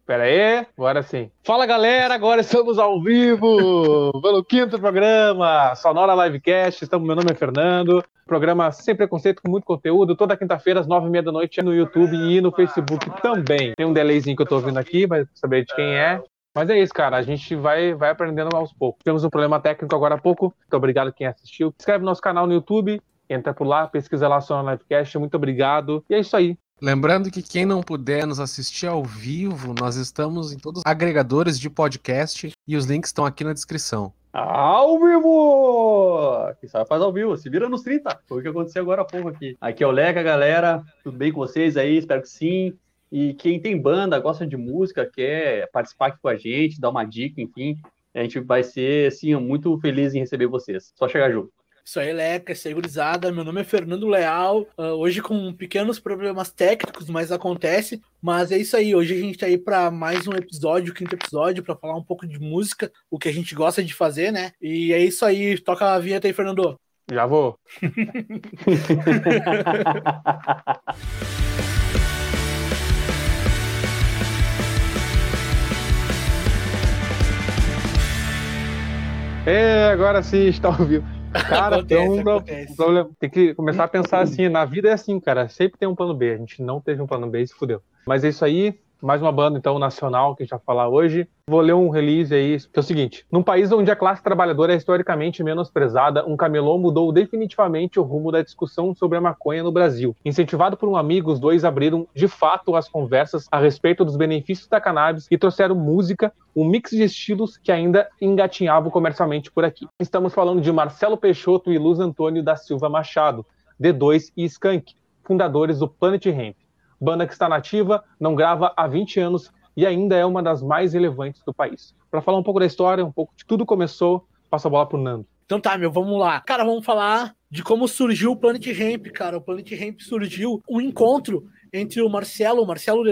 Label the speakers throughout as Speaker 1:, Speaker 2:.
Speaker 1: Pera aí, agora sim. Fala galera, agora estamos ao vivo pelo 5º programa Sonora Livecast. Meu nome é Fernando. Programa sem preconceito, com muito conteúdo. Toda quinta-feira às 9h30 da noite no YouTube e no Facebook também. Tem um delayzinho que eu tô ouvindo aqui, vai saber de quem é. Mas é isso, cara. A gente vai aprendendo aos poucos. Temos um problema técnico agora há pouco. Muito obrigado a quem assistiu. Se inscreve no nosso canal no YouTube. Entra por lá, pesquisa lá Sonora Livecast. Muito obrigado. E é isso aí.
Speaker 2: Lembrando que quem não puder nos assistir ao vivo, nós estamos em todos os agregadores de podcast e os links estão aqui na descrição.
Speaker 3: Ao vivo! Quem sabe faz ao vivo, se vira nos 30. Foi o que aconteceu agora há pouco aqui. Aqui é o Leca, galera. Tudo bem com vocês aí? Espero que sim. E quem tem banda, gosta de música, quer participar aqui com a gente, dar uma dica, enfim, a gente vai ser, assim, muito feliz em receber vocês. Só chegar junto.
Speaker 4: Isso aí, Leca, isso aí, gurizada. Meu nome é Fernando Leal. Hoje com pequenos problemas técnicos, mas acontece. Mas é isso aí, hoje a gente tá aí para mais um episódio, o 5º episódio, para falar um pouco de música, o que a gente gosta de fazer, né? E é isso aí, toca a vinheta aí, Fernando.
Speaker 1: Já vou. Agora sim, está ao vivo. Cara, acontece. Problema. Tem que começar a pensar assim, na vida é assim, cara, sempre tem um plano B, a gente não teve um plano B e se fudeu. Mas é isso aí, mais uma banda então nacional que a gente vai falar hoje. Vou ler um release aí, que é o seguinte: num país onde a classe trabalhadora é historicamente menosprezada, um camelô mudou definitivamente o rumo da discussão sobre a maconha no Brasil. Incentivado por um amigo, os dois abriram de fato as conversas a respeito dos benefícios da cannabis e trouxeram música, um mix de estilos que ainda engatinhavam comercialmente por aqui. Estamos falando de Marcelo Peixoto e Luiz Antônio da Silva Machado, D2 e Skank, fundadores do Planet Hemp. Banda que está nativa, não grava há 20 anos e ainda é uma das mais relevantes do país. Para falar um pouco da história, um pouco de tudo começou, passo a bola pro Nando.
Speaker 4: Então tá, vamos lá. Cara, vamos falar de como surgiu o Planet Hemp, cara. O Planet Hemp surgiu um encontro entre o Marcelo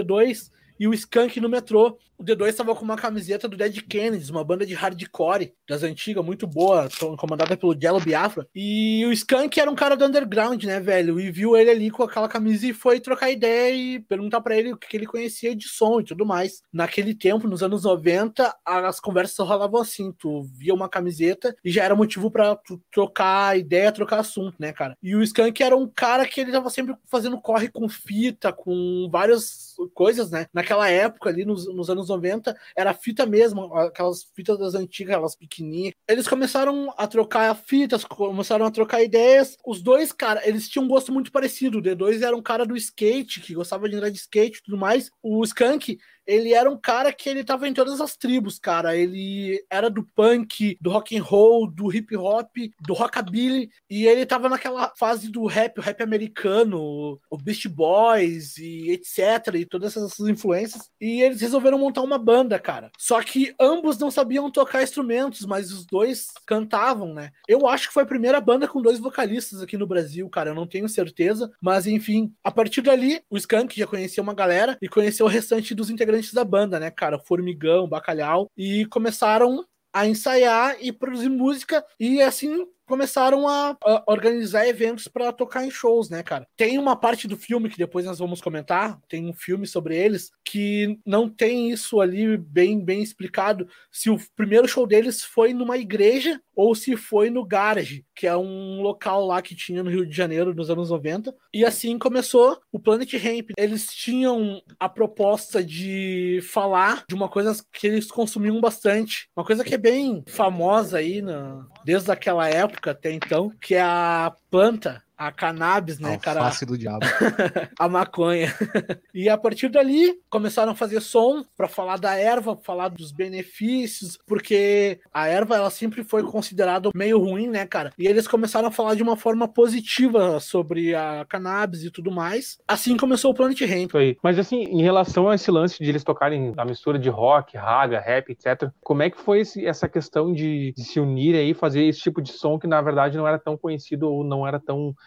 Speaker 4: D2 e o Skank no metrô. O D2 estava com uma camiseta do Dead Kennedys, uma banda de hardcore das antigas, muito boa, comandada pelo Jello Biafra. E o Skank era um cara do underground, né, velho? E viu ele ali com aquela camisa e foi trocar ideia e perguntar pra ele o que ele conhecia de som e tudo mais. Naquele tempo, nos anos 90, as conversas rolavam assim, tu via uma camiseta e já era motivo pra tu trocar ideia, trocar assunto, né, cara? E o Skank era um cara que ele tava sempre fazendo corre com fita, com várias coisas, né? Naquela época ali, nos anos 90, era fita mesmo, aquelas fitas das antigas, aquelas pequenininhas. Eles começaram a trocar fitas, começaram a trocar ideias. Os dois, cara, eles tinham um gosto muito parecido. O D2 era um cara do skate, que gostava de andar de skate e tudo mais. O Skank, ele era um cara que ele tava em todas as tribos, cara. Ele era do punk, do rock and roll, do hip hop, do rockabilly, e ele tava naquela fase do rap, o rap americano, o Beast Boys e etc, e todas essas influências. E eles resolveram montar uma banda, cara. Só que ambos não sabiam tocar instrumentos, mas os dois cantavam, né? Eu acho que foi a primeira banda com 2 vocalistas aqui no Brasil, cara. Eu não tenho certeza, mas enfim. A partir dali, o Skank já conhecia uma galera e conheceu o restante dos integrantes da banda, né, cara? Formigão, Bacalhau, e começaram a ensaiar e produzir música, e assim começaram a organizar eventos para tocar em shows, né, cara? Tem uma parte do filme que depois nós vamos comentar, tem um filme sobre eles, que não tem isso ali bem explicado, se o primeiro show deles foi numa igreja ou se foi no Garage, que é um local lá que tinha no Rio de Janeiro nos anos 90. E assim começou o Planet Hemp. Eles tinham a proposta de falar de uma coisa que eles consumiam bastante, uma coisa que é bem famosa aí desde aquela época até então, que é a planta, a cannabis, né, cara?
Speaker 2: Alface do diabo.
Speaker 4: A maconha. E a partir dali, começaram a fazer som pra falar da erva, falar dos benefícios, porque a erva, ela sempre foi considerada meio ruim, né, cara? E eles começaram a falar de uma forma positiva sobre a cannabis e tudo mais. Assim começou o Planet Hemp.
Speaker 1: Aí. Mas assim, em relação a esse lance de eles tocarem a mistura de rock, raga, rap, etc., como é que foi essa questão de se unir aí, fazer esse tipo de som que, na verdade, não era tão conhecido ou não era tão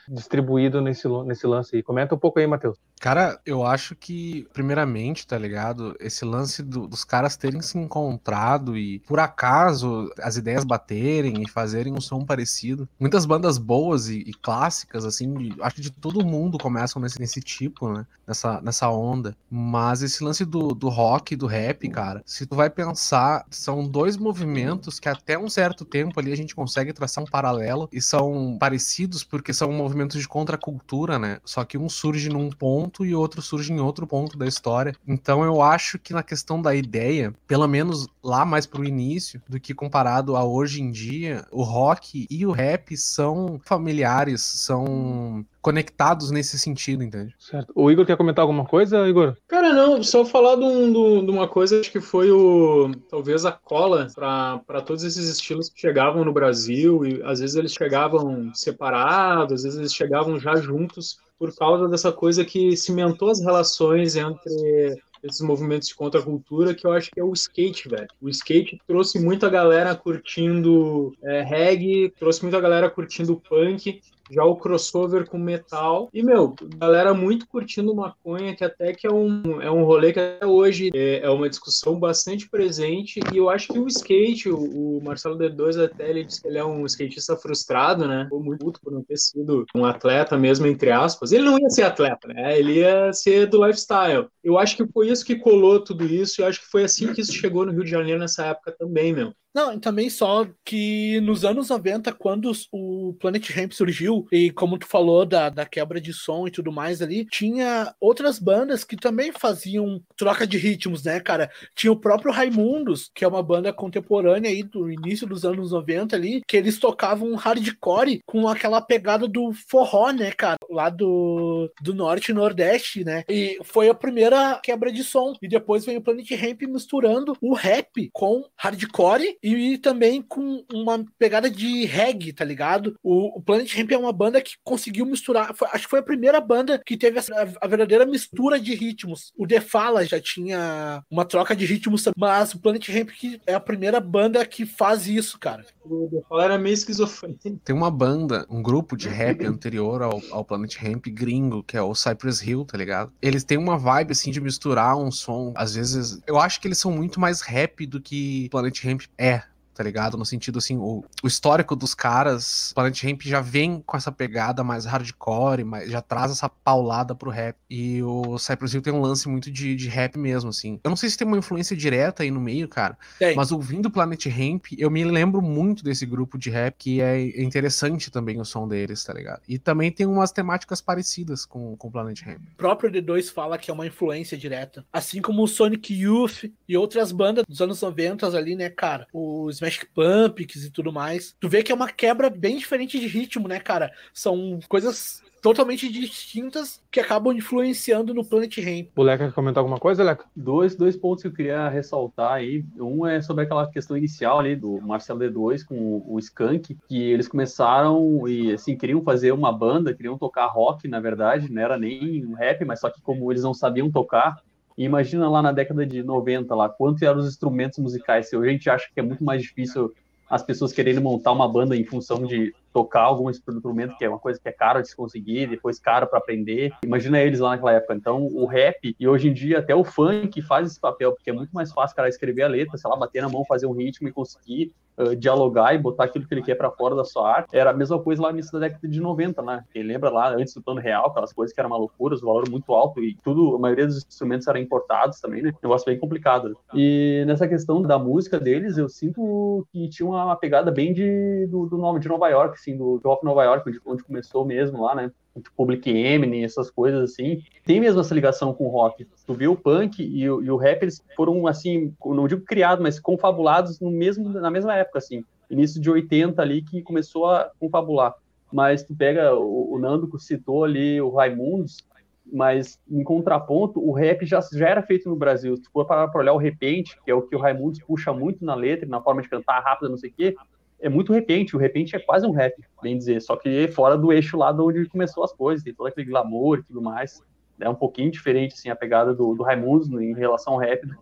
Speaker 1: distribuído nesse lance aí. Comenta um pouco aí, Matheus.
Speaker 2: Cara, eu acho que, primeiramente, tá ligado? Esse lance dos caras terem se encontrado e, por acaso, as ideias baterem e fazerem um som parecido. Muitas bandas boas e clássicas, assim, acho que de todo mundo começam nesse tipo, né? Nessa onda. Mas esse lance do rock e do rap, cara, se tu vai pensar, são dois movimentos que até um certo tempo ali a gente consegue traçar um paralelo e são parecidos porque são movimentos de contracultura, né? Só que um surge num ponto e outro surge em outro ponto da história. Então eu acho que na questão da ideia, pelo menos lá mais pro início, do que comparado a hoje em dia, o rock e o rap são familiares, são conectados nesse sentido, entende?
Speaker 1: Certo. O Igor quer comentar alguma coisa, Igor?
Speaker 5: Cara, não, só falar de uma coisa, acho que foi talvez a cola para todos esses estilos que chegavam no Brasil, e às vezes eles chegavam separados, às vezes eles chegavam já juntos, por causa dessa coisa que cimentou as relações entre esses movimentos de contracultura, que eu acho que é o skate, velho. O skate trouxe muita galera curtindo reggae, trouxe muita galera curtindo punk, já o crossover com metal. E, galera muito curtindo maconha, que até que é um rolê que até hoje é uma discussão bastante presente. E eu acho que o skate, o Marcelo D2 até, ele disse que ele é um skatista frustrado, né? Ficou muito puto por não ter sido um atleta mesmo, entre aspas. Ele não ia ser atleta, né? Ele ia ser do lifestyle. Eu acho que foi isso que colou tudo isso. Eu acho que foi assim que isso chegou no Rio de Janeiro nessa época também,
Speaker 4: Não, e também só que nos anos 90, quando o Planet Hemp surgiu, e como tu falou da quebra de som e tudo mais ali, tinha outras bandas que também faziam troca de ritmos, né, cara? Tinha o próprio Raimundos, que é uma banda contemporânea aí do início dos anos 90 ali, que eles tocavam hardcore com aquela pegada do forró, né, cara? Lá do norte e nordeste, né? E foi a primeira quebra de som. E depois veio o Planet Hemp misturando o rap com hardcore e também com uma pegada de reggae, tá ligado? O Planet Hemp é uma banda que conseguiu misturar, acho que foi a primeira banda que teve a verdadeira mistura de ritmos. O The Fala já tinha uma troca de ritmos, mas o Planet Hemp é a primeira banda que faz isso, cara.
Speaker 5: O The Fala era meio esquizofrênico.
Speaker 2: Tem uma banda, um grupo de rap anterior ao Planet Hemp gringo, que é o Cypress Hill, tá ligado? Eles têm uma vibe, assim, de misturar um som, às vezes, eu acho que eles são muito mais rap do que Planet Hemp tá ligado? No sentido, assim, o histórico dos caras, Planet Hemp já vem com essa pegada mais hardcore, já traz essa paulada pro rap. E o Cypress Hill tem um lance muito de rap mesmo, assim. Eu não sei se tem uma influência direta aí no meio, cara, mas ouvindo Planet Hemp, eu me lembro muito desse grupo de rap, que é interessante também o som deles, tá ligado? E também tem umas temáticas parecidas com o Planet Hemp.
Speaker 4: O próprio D2 fala que é uma influência direta. Assim como o Sonic Youth e outras bandas dos anos 90 ali, né, cara? Os Smash Pumpkins e tudo mais. Tu vê que é uma quebra bem diferente de ritmo, né, cara? São coisas totalmente distintas que acabam influenciando no Planet Hemp.
Speaker 1: O Leca quer comentar alguma coisa, Leca?
Speaker 3: Dois pontos que eu queria ressaltar aí. Um é sobre aquela questão inicial ali do Marcelo D2 com o Skank, que eles começaram e, assim, queriam fazer uma banda, queriam tocar rock, na verdade, não era nem um rap, mas só que como eles não sabiam tocar, e imagina lá na década de 90, lá, quanto eram os instrumentos musicais. Hoje a gente acha que é muito mais difícil as pessoas quererem montar uma banda em função de tocar algum instrumento, que é uma coisa que é caro de se conseguir, depois caro para aprender. Imagina eles lá naquela época. Então, o rap, e hoje em dia até o funk faz esse papel, porque é muito mais fácil o cara escrever a letra, sei lá, bater na mão, fazer um ritmo e conseguir dialogar e botar aquilo que ele quer para fora da sua arte. Era a mesma coisa lá no início da década de 90, né? Quem lembra lá, antes do Plano Real, aquelas coisas que eram uma loucura, o valor muito alto e tudo, a maioria dos instrumentos eram importados também, né? Negócio bem complicado. Né? E nessa questão da música deles, eu sinto que tinha uma pegada bem de Nova York, assim, do rock Nova York, onde começou mesmo lá, né? Public Enemy, essas coisas assim. Tem mesmo essa ligação com o rock. Tu viu o punk e o rap, eles foram, assim, não digo criados, mas confabulados na mesma época, assim. Início de 80 ali que começou a confabular. Mas tu pega, o Nando citou ali o Raimundos, mas em contraponto, o rap já era feito no Brasil. Se tu for parar pra olhar o repente, que é o que o Raimundos puxa muito na letra, na forma de cantar rápida, não sei o quê, é muito repente, o repente é quase um rap, bem dizer, só que fora do eixo lá de onde começou as coisas, tem todo aquele glamour e tudo mais, é um pouquinho diferente, assim, a pegada do Raimundos em relação ao rap do que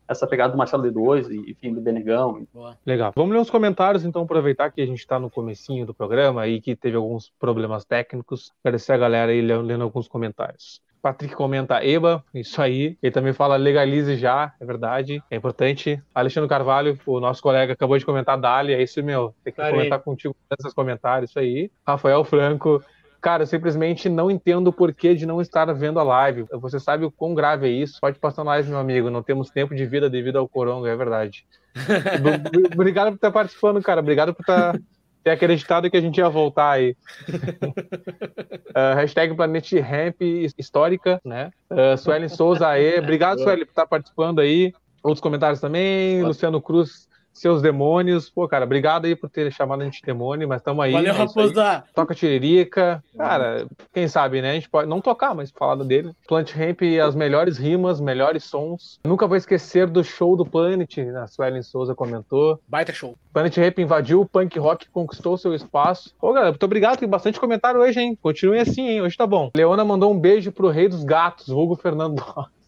Speaker 3: essa pegada do Marcelo D2 e, enfim, do Benegão.
Speaker 1: Legal. Vamos ler os comentários, então, aproveitar que a gente está no comecinho do programa e que teve alguns problemas técnicos. Agradecer a galera aí lendo alguns comentários. Patrick comenta Eba, isso aí. Ele também fala legalize já, é verdade, é importante. Alexandre Carvalho, o nosso colega, acabou de comentar Dali, é isso, meu. Tem que comentar contigo nesses comentários, isso aí. Rafael Franco, cara, eu simplesmente não entendo o porquê de não estar vendo a live. Você sabe o quão grave é isso? Pode passar na live, meu amigo. Não temos tempo de vida devido ao coronga, é verdade. Obrigado por estar participando, cara. Obrigado por ter acreditado que a gente ia voltar aí. Hashtag Planet Ramp histórica, né? Suelen Souza, aê. Obrigado, Suelen, por estar participando aí. Outros comentários também. Luciano Cruz, seus demônios. Pô, cara, obrigado aí por ter chamado a gente de demônio, mas estamos aí.
Speaker 4: Valeu, raposa.
Speaker 1: Toca Tiririca. Cara, quem sabe, né? A gente pode não tocar, mas falar dele. Planet Ramp, as melhores rimas, melhores sons. Nunca vou esquecer do show do Planet, a Suelen Souza comentou.
Speaker 4: Baita show.
Speaker 1: Planet Ramp invadiu o punk rock, conquistou seu espaço. Ô, galera, muito obrigado. Tem bastante comentário hoje, hein? Continuem assim, hein? Hoje tá bom. Leona mandou um beijo pro rei dos gatos, vulgo Fernando.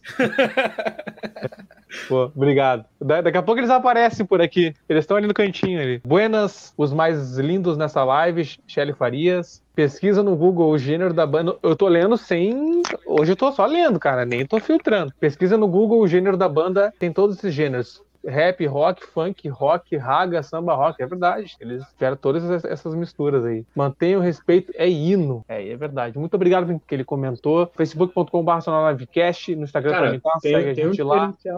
Speaker 1: Pô, obrigado. Daqui a pouco eles aparecem por aqui. Eles estão ali no cantinho ali. Buenas, os mais lindos nessa live, Shelly Farias. Pesquisa no Google o gênero da banda. Eu tô lendo sem... Hoje eu tô só lendo, cara. Nem tô filtrando. Pesquisa no Google o gênero da banda. Tem todos esses gêneros. Rap, rock, funk, rock, raga, samba, rock. É verdade. Eles fizeram todas essas misturas aí. Mantenha o respeito, é hino. É verdade. Muito obrigado porque ele comentou. facebook.com/sonalivecast. No Instagram também tá. Segue a gente lá.
Speaker 5: Tem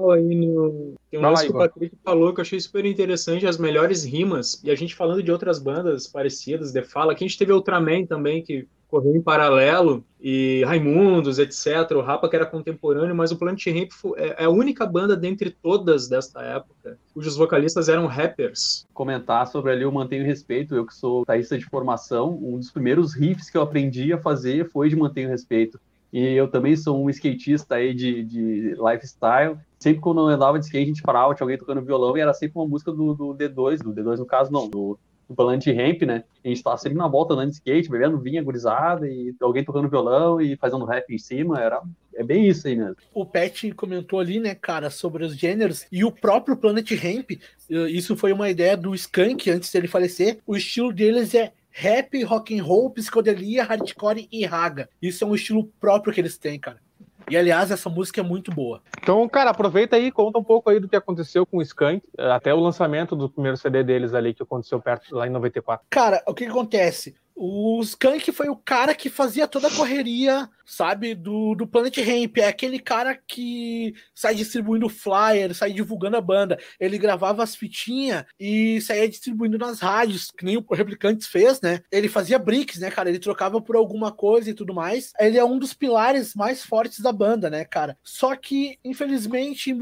Speaker 5: um lance que o Patrick falou que eu achei super interessante, as melhores rimas. E a gente falando de outras bandas parecidas, The Fala, que a gente teve Ultraman também, que correu em paralelo, e Raimundos, etc. O Rapa, que era contemporâneo, mas o Planet Hemp é a única banda dentre todas desta época cujos vocalistas eram rappers.
Speaker 3: Comentar sobre ali o Mantenho Respeito, eu que sou taísta de formação, um dos primeiros riffs que eu aprendi a fazer foi de Mantenho Respeito. E eu também sou um skatista aí de lifestyle. Sempre quando eu andava de skate, a gente parava, tinha alguém tocando violão, e era sempre uma música do D2 no caso não, do Planet Ramp, né? A gente tava sempre na volta andando de skate, bebendo vinha gurizada e alguém tocando violão e fazendo rap em cima, é bem isso aí mesmo.
Speaker 4: O Pet comentou ali, né, cara, sobre os gêneros, e o próprio Planet Ramp, isso foi uma ideia do Skank antes dele falecer, o estilo deles é rap, rock and roll, psicodelia, hardcore e raga. Isso é um estilo próprio que eles têm, cara. E, aliás, essa música é muito boa.
Speaker 1: Então, cara, aproveita aí e conta um pouco aí do que aconteceu com o Skank, até o lançamento do primeiro CD deles ali, que aconteceu perto, lá em 94.
Speaker 4: Cara, o que acontece? O Skank foi o cara que fazia toda a correria, sabe, do Planet Ramp. É aquele cara que sai distribuindo flyer, sai divulgando a banda. Ele gravava as fitinhas e saía distribuindo nas rádios, que nem o Replicantes fez, né? Ele fazia bricks, né, cara? Ele trocava por alguma coisa e tudo mais. Ele é um dos pilares mais fortes da banda, né, cara? Só que, infelizmente, em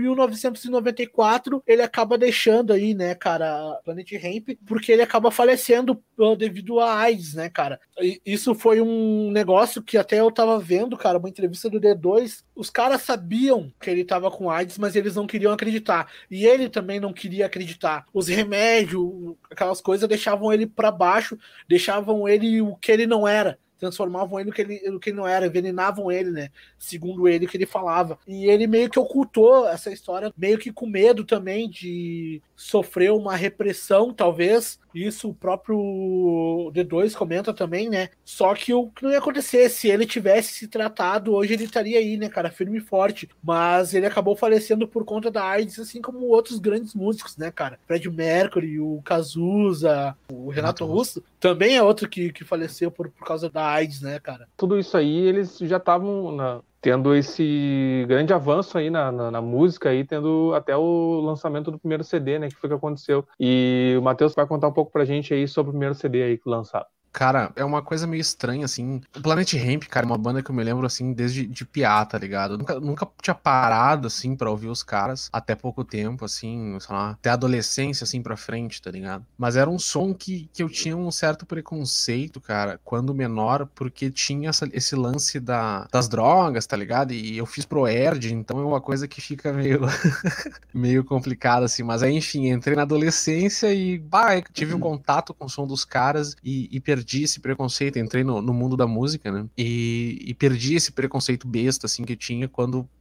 Speaker 4: 1994, ele acaba deixando aí, né, cara, Planet Ramp, porque ele acaba falecendo devido a AIDS, né, cara? Isso foi um negócio que até eu tava vendo, cara, uma entrevista do D2, os caras sabiam que ele tava com AIDS, mas eles não queriam acreditar, e ele também não queria acreditar. Os remédios, aquelas coisas deixavam ele pra baixo, deixavam ele o que ele não era, transformavam ele no que ele não era, envenenavam ele, né? Segundo ele, que ele falava. E ele meio que ocultou essa história, meio que com medo também de sofrer uma repressão, talvez. Isso o próprio D2 comenta também, né? Só que o que não ia acontecer, se ele tivesse se tratado, hoje ele estaria aí, né, cara, firme e forte. Mas ele acabou falecendo por conta da AIDS, assim como outros grandes músicos, né, cara? Fred Mercury, o Cazuza, o Renato Russo, também é outro que faleceu por causa da AIDS, né, cara?
Speaker 1: Tudo isso aí, eles já estavam tendo esse grande avanço aí na música, aí, tendo até o lançamento do primeiro CD, né, que foi que aconteceu. E o Matheus vai contar um pouco pra gente aí sobre o primeiro CD aí que lançaram.
Speaker 2: Cara, é uma coisa meio estranha, assim. O Planet Ramp, cara, é uma banda que eu me lembro, assim, desde de piá, tá ligado? Nunca tinha parado, assim, pra ouvir os caras até pouco tempo, assim, sei lá, até a adolescência, assim, pra frente, tá ligado? Mas era um som que eu tinha um certo preconceito, cara, quando menor, porque tinha esse lance das drogas, tá ligado? E eu fiz pro ERD, então é uma coisa que fica meio complicada, assim. Mas aí, enfim, entrei na adolescência e, tive um contato com o som dos caras e perdi esse preconceito, entrei no mundo da música, né? E perdi esse preconceito besta, assim, que eu tinha quando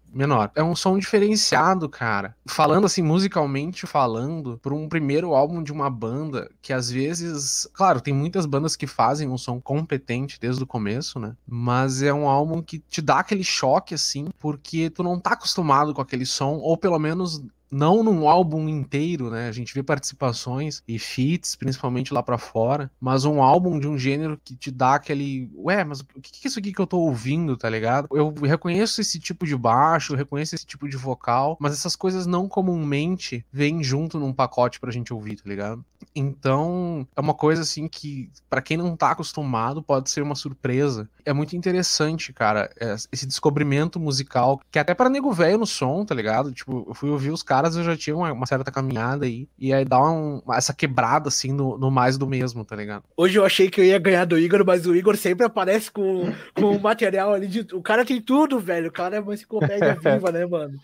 Speaker 2: menor. É um som diferenciado, cara. Falando assim, musicalmente falando, por um primeiro álbum de uma banda que às vezes... Claro, tem muitas bandas que fazem um som competente desde o começo, né? Mas é um álbum que te dá aquele choque, assim, porque tu não tá acostumado com aquele som, ou pelo menos... Não num álbum inteiro, né? A gente vê participações e feats, principalmente lá pra fora, mas um álbum de um gênero que te dá aquele... Ué, mas o que é isso aqui que eu tô ouvindo, tá ligado? Eu reconheço esse tipo de baixo, eu reconheço esse tipo de vocal, mas essas coisas não comumente vêm junto num pacote pra gente ouvir, tá ligado? Então, é uma coisa assim que, pra quem não tá acostumado, pode ser uma surpresa. É muito interessante, cara, esse descobrimento musical, que até pra nego velho no som, tá ligado? Tipo, eu fui ouvir os caras, eu já tinha uma certa caminhada aí, e aí dá essa quebrada, assim, no mais do mesmo, tá ligado?
Speaker 4: Hoje eu achei que eu ia ganhar do Igor, mas o Igor sempre aparece com o material ali de... O cara tem tudo, velho, o cara é uma enciclopédia viva, né, mano?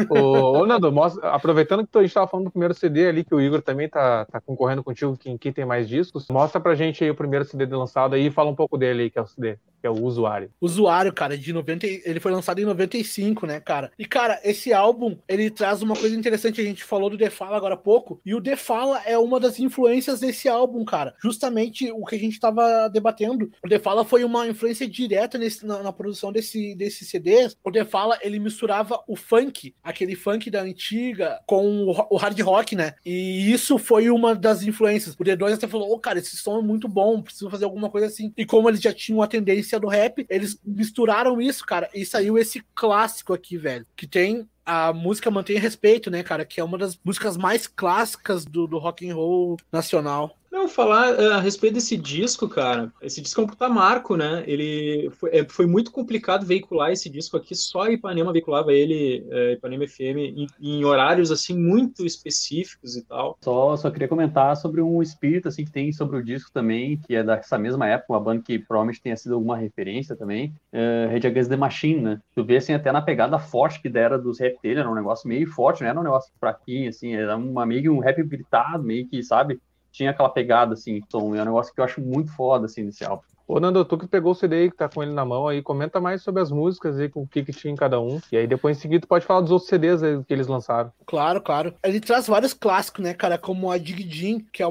Speaker 1: Ô, Nando, aproveitando que a gente tava falando do primeiro CD ali, que o Igor também tá concorrendo contigo, quem tem mais discos, mostra pra gente aí o primeiro CD lançado aí e fala um pouco dele aí, que é o CD, que é o Usuário.
Speaker 4: Usuário, cara, ele foi lançado em 95, né, cara? E, cara, esse álbum, ele traz uma coisa interessante, a gente falou do The Fala agora há pouco, e o The Fala é uma das influências desse álbum, cara. Justamente o que a gente tava debatendo. O The Fala foi uma influência direta na produção desse CD. O The Fala, ele misturava o funk, aquele funk da antiga, com o hard rock, né? E isso foi uma das influências. O D2 até falou, cara, esse som é muito bom, preciso fazer alguma coisa assim. E como eles já tinham a tendência do rap, eles misturaram isso, cara, e saiu esse clássico aqui, velho, que tem a música Mantém Respeito, né, cara, que é uma das músicas mais clássicas do rock and roll nacional.
Speaker 5: Não, falar a respeito desse disco, cara, esse disco é um puta marco, né? Ele foi muito complicado veicular esse disco aqui, só a Ipanema veiculava ele, Ipanema FM, em horários, assim, muito específicos e tal.
Speaker 3: Só queria comentar sobre um espírito, assim, que tem sobre o disco também, que é dessa mesma época, uma banda que provavelmente tenha sido alguma referência também, Rage Against the Machine, né? Tu vê, assim, até na pegada forte que dera dos rap dele, era um negócio meio forte, não era um negócio fraquinho, assim, era meio que um rap gritado, meio que, sabe? Tinha aquela pegada, assim, som, é um negócio que eu acho muito foda, assim, desse álbum.
Speaker 1: Ô, Nando, tu que pegou o CD aí, que tá com ele na mão aí, comenta mais sobre as músicas aí, com o que tinha em cada um. E aí depois em seguida tu pode falar dos outros CDs aí que eles lançaram.
Speaker 4: Claro, claro. Ele traz vários clássicos, né, cara, como a Dig Din, que é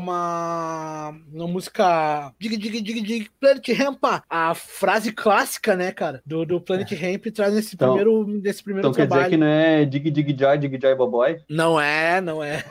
Speaker 4: uma música Dig Dig Dig Dig Planet Ramp, a frase clássica, né, cara, do Planet Ramp, traz nesse primeiro
Speaker 3: então
Speaker 4: trabalho.
Speaker 3: Quer dizer que não é Dig Dig Jai Boboy?
Speaker 4: Não é.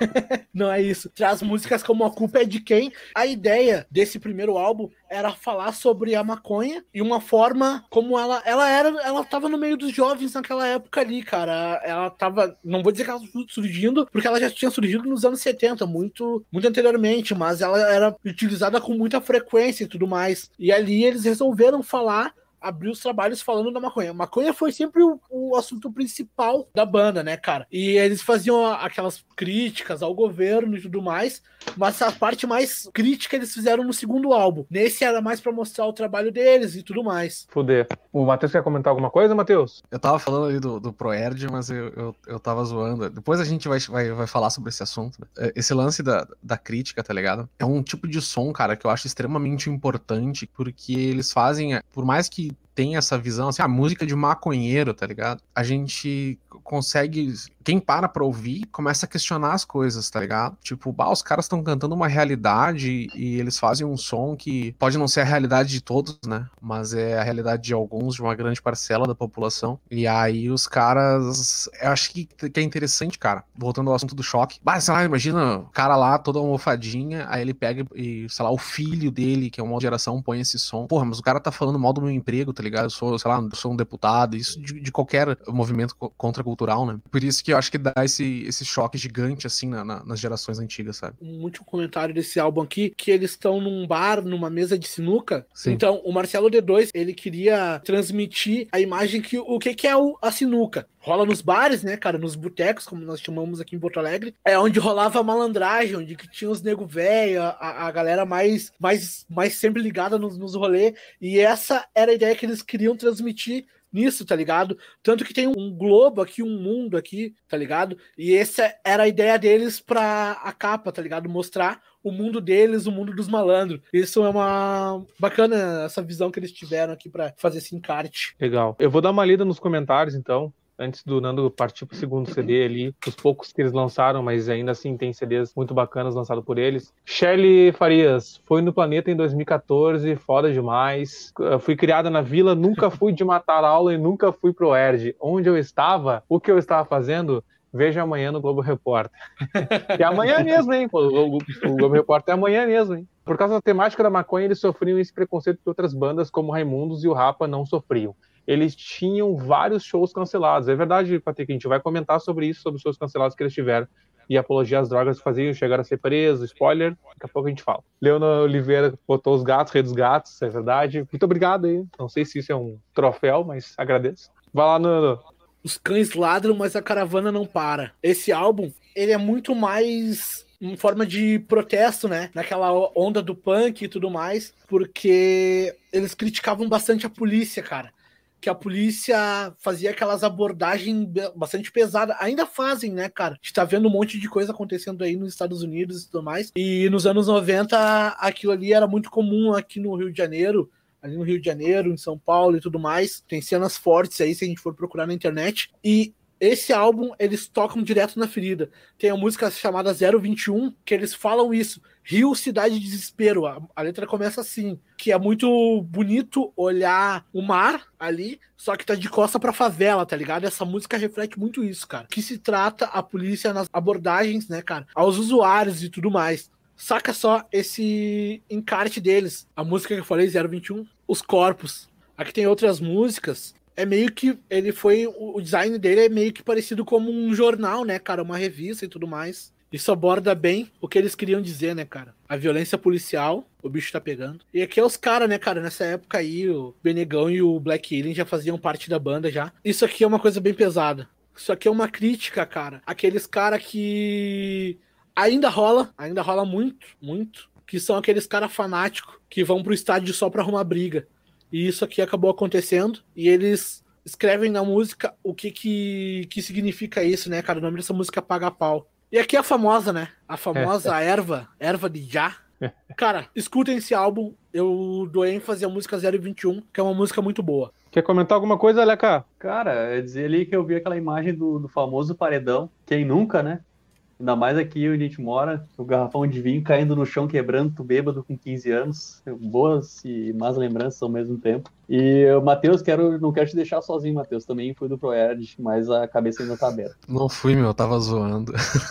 Speaker 4: Não é isso. Traz músicas como A Culpa é de Quem. A ideia desse primeiro álbum era falar sobre a maconha e uma forma como ela tava no meio dos jovens naquela época ali, cara. Ela tava, não vou dizer que ela surgindo, porque ela já tinha surgido nos anos 70, muito anteriormente, mas ela era utilizada com muita frequência e tudo mais. E ali eles resolveram abrir os trabalhos falando da maconha. Maconha foi sempre o assunto principal da banda, né, cara? E eles faziam aquelas críticas ao governo e tudo mais, mas a parte mais crítica eles fizeram no segundo álbum. Nesse era mais pra mostrar o trabalho deles e tudo mais.
Speaker 1: Fuder. O Matheus quer comentar alguma coisa, Matheus?
Speaker 2: Eu tava falando ali do Proerd, mas eu tava zoando. Depois a gente vai falar sobre esse assunto. Né? Esse lance da crítica, tá ligado? É um tipo de som, cara, que eu acho extremamente importante, porque eles fazem, por mais que tem essa visão, assim, a música de maconheiro, tá ligado? A gente consegue... Quem para pra ouvir, começa a questionar as coisas, tá ligado? Tipo, os caras estão cantando uma realidade e eles fazem um som que pode não ser a realidade de todos, né? Mas é a realidade de alguns, de uma grande parcela da população. E aí os caras... Eu acho que é interessante, cara. Voltando ao assunto do choque. Sei lá, imagina o cara lá, toda almofadinha, aí ele pega e, sei lá, o filho dele, que é uma geração, põe esse som. Porra, mas o cara tá falando mal do meu emprego, tá ligado? Eu sou, sei lá, eu sou um deputado. Isso de qualquer movimento contracultural, né? Por isso que eu acho que dá esse choque gigante, assim, nas gerações antigas, sabe?
Speaker 4: Um último comentário desse álbum aqui, que eles estão num bar, numa mesa de sinuca. Sim. Então, o Marcelo D2, ele queria transmitir a imagem que o que é a sinuca. Rola nos bares, né, cara, nos botecos, como nós chamamos aqui em Porto Alegre, é onde rolava a malandragem, onde que tinha os nego velho, a galera mais sempre ligada nos rolês, e essa era a ideia que eles queriam transmitir nisso, tá ligado? Tanto que tem um globo aqui, um mundo aqui, tá ligado? E essa era a ideia deles pra a capa, tá ligado? Mostrar o mundo deles, o mundo dos malandros. Isso é uma bacana, essa visão que eles tiveram aqui pra fazer esse encarte.
Speaker 1: Legal. Eu vou dar uma lida nos comentários, então. antes do Nando partir pro segundo CD ali, os poucos que eles lançaram, mas ainda assim tem CDs muito bacanas lançados por eles. Shelly Farias, foi no Planeta em 2014, foda demais. Fui criada na Vila, nunca fui de matar aula e nunca fui pro ERJ. Onde eu estava, o que eu estava fazendo, veja amanhã no Globo Repórter. E amanhã mesmo, hein? O Globo Repórter é amanhã mesmo, hein? Por causa da temática da maconha, eles sofriam esse preconceito que outras bandas como Raimundos e o Rapa não sofriam. Eles tinham vários shows cancelados. É verdade, Patrick, a gente vai comentar sobre isso, sobre os shows cancelados que eles tiveram. E apologia às drogas que faziam, chegaram a ser presos, spoiler, daqui a pouco a gente fala. Leona Oliveira botou os gatos, Rei dos Gatos, é verdade. Muito obrigado aí. Não sei se isso é um troféu, mas agradeço. Vai lá no...
Speaker 4: Os cães ladram, mas a caravana não para. Esse álbum, ele é muito mais em forma de protesto, né? Naquela onda do punk e tudo mais, porque eles criticavam bastante a polícia, cara. Que a polícia fazia aquelas abordagens bastante pesadas. Ainda fazem, né, cara? A gente tá vendo um monte de coisa acontecendo aí nos Estados Unidos e tudo mais. E nos anos 90, aquilo ali era muito comum aqui no Rio de Janeiro. Ali no Rio de Janeiro, em São Paulo e tudo mais. Tem cenas fortes aí, se a gente for procurar na internet. E esse álbum, eles tocam direto na ferida. Tem a música chamada 021, que eles falam isso. Rio, cidade de desespero. A letra começa assim, que é muito bonito olhar o mar ali, só que tá de costa pra favela, tá ligado? Essa música reflete muito isso, cara. Que se trata a polícia nas abordagens, né, cara? Aos usuários e tudo mais. Saca só esse encarte deles. A música que eu falei, 021, Os Corpos. Aqui tem outras músicas. É meio que ele foi... O design dele é meio que parecido como um jornal, né, cara? Uma revista e tudo mais. Isso aborda bem o que eles queriam dizer, né, cara? A violência policial, o bicho tá pegando. E aqui é os caras, né, cara? Nessa época aí, o Benegão e o Black Alien já faziam parte da banda já. Isso aqui é uma coisa bem pesada. Isso aqui é uma crítica, cara. Aqueles caras que... ainda rola muito, muito. Que são aqueles caras fanáticos que vão pro estádio só pra arrumar briga. E isso aqui acabou acontecendo. E eles escrevem na música o que significa isso, né, cara? O nome dessa música é Paga Pau. E aqui é a famosa, né? A famosa erva de Já. Cara, escutem esse álbum. Eu dou ênfase à música 021, que é uma música muito boa.
Speaker 1: Quer comentar alguma coisa, Aleca?
Speaker 3: Cara, é dizer ali que eu vi aquela imagem do famoso paredão. Quem nunca, né? Ainda mais aqui onde a gente mora, o garrafão de vinho caindo no chão, quebrando, tu bêbado com 15 anos. Boas e más lembranças ao mesmo tempo. E, Matheus, não quero te deixar sozinho, Matheus. Também fui do ProErd, mas a cabeça ainda tá aberta.
Speaker 2: Não fui, meu, tava zoando.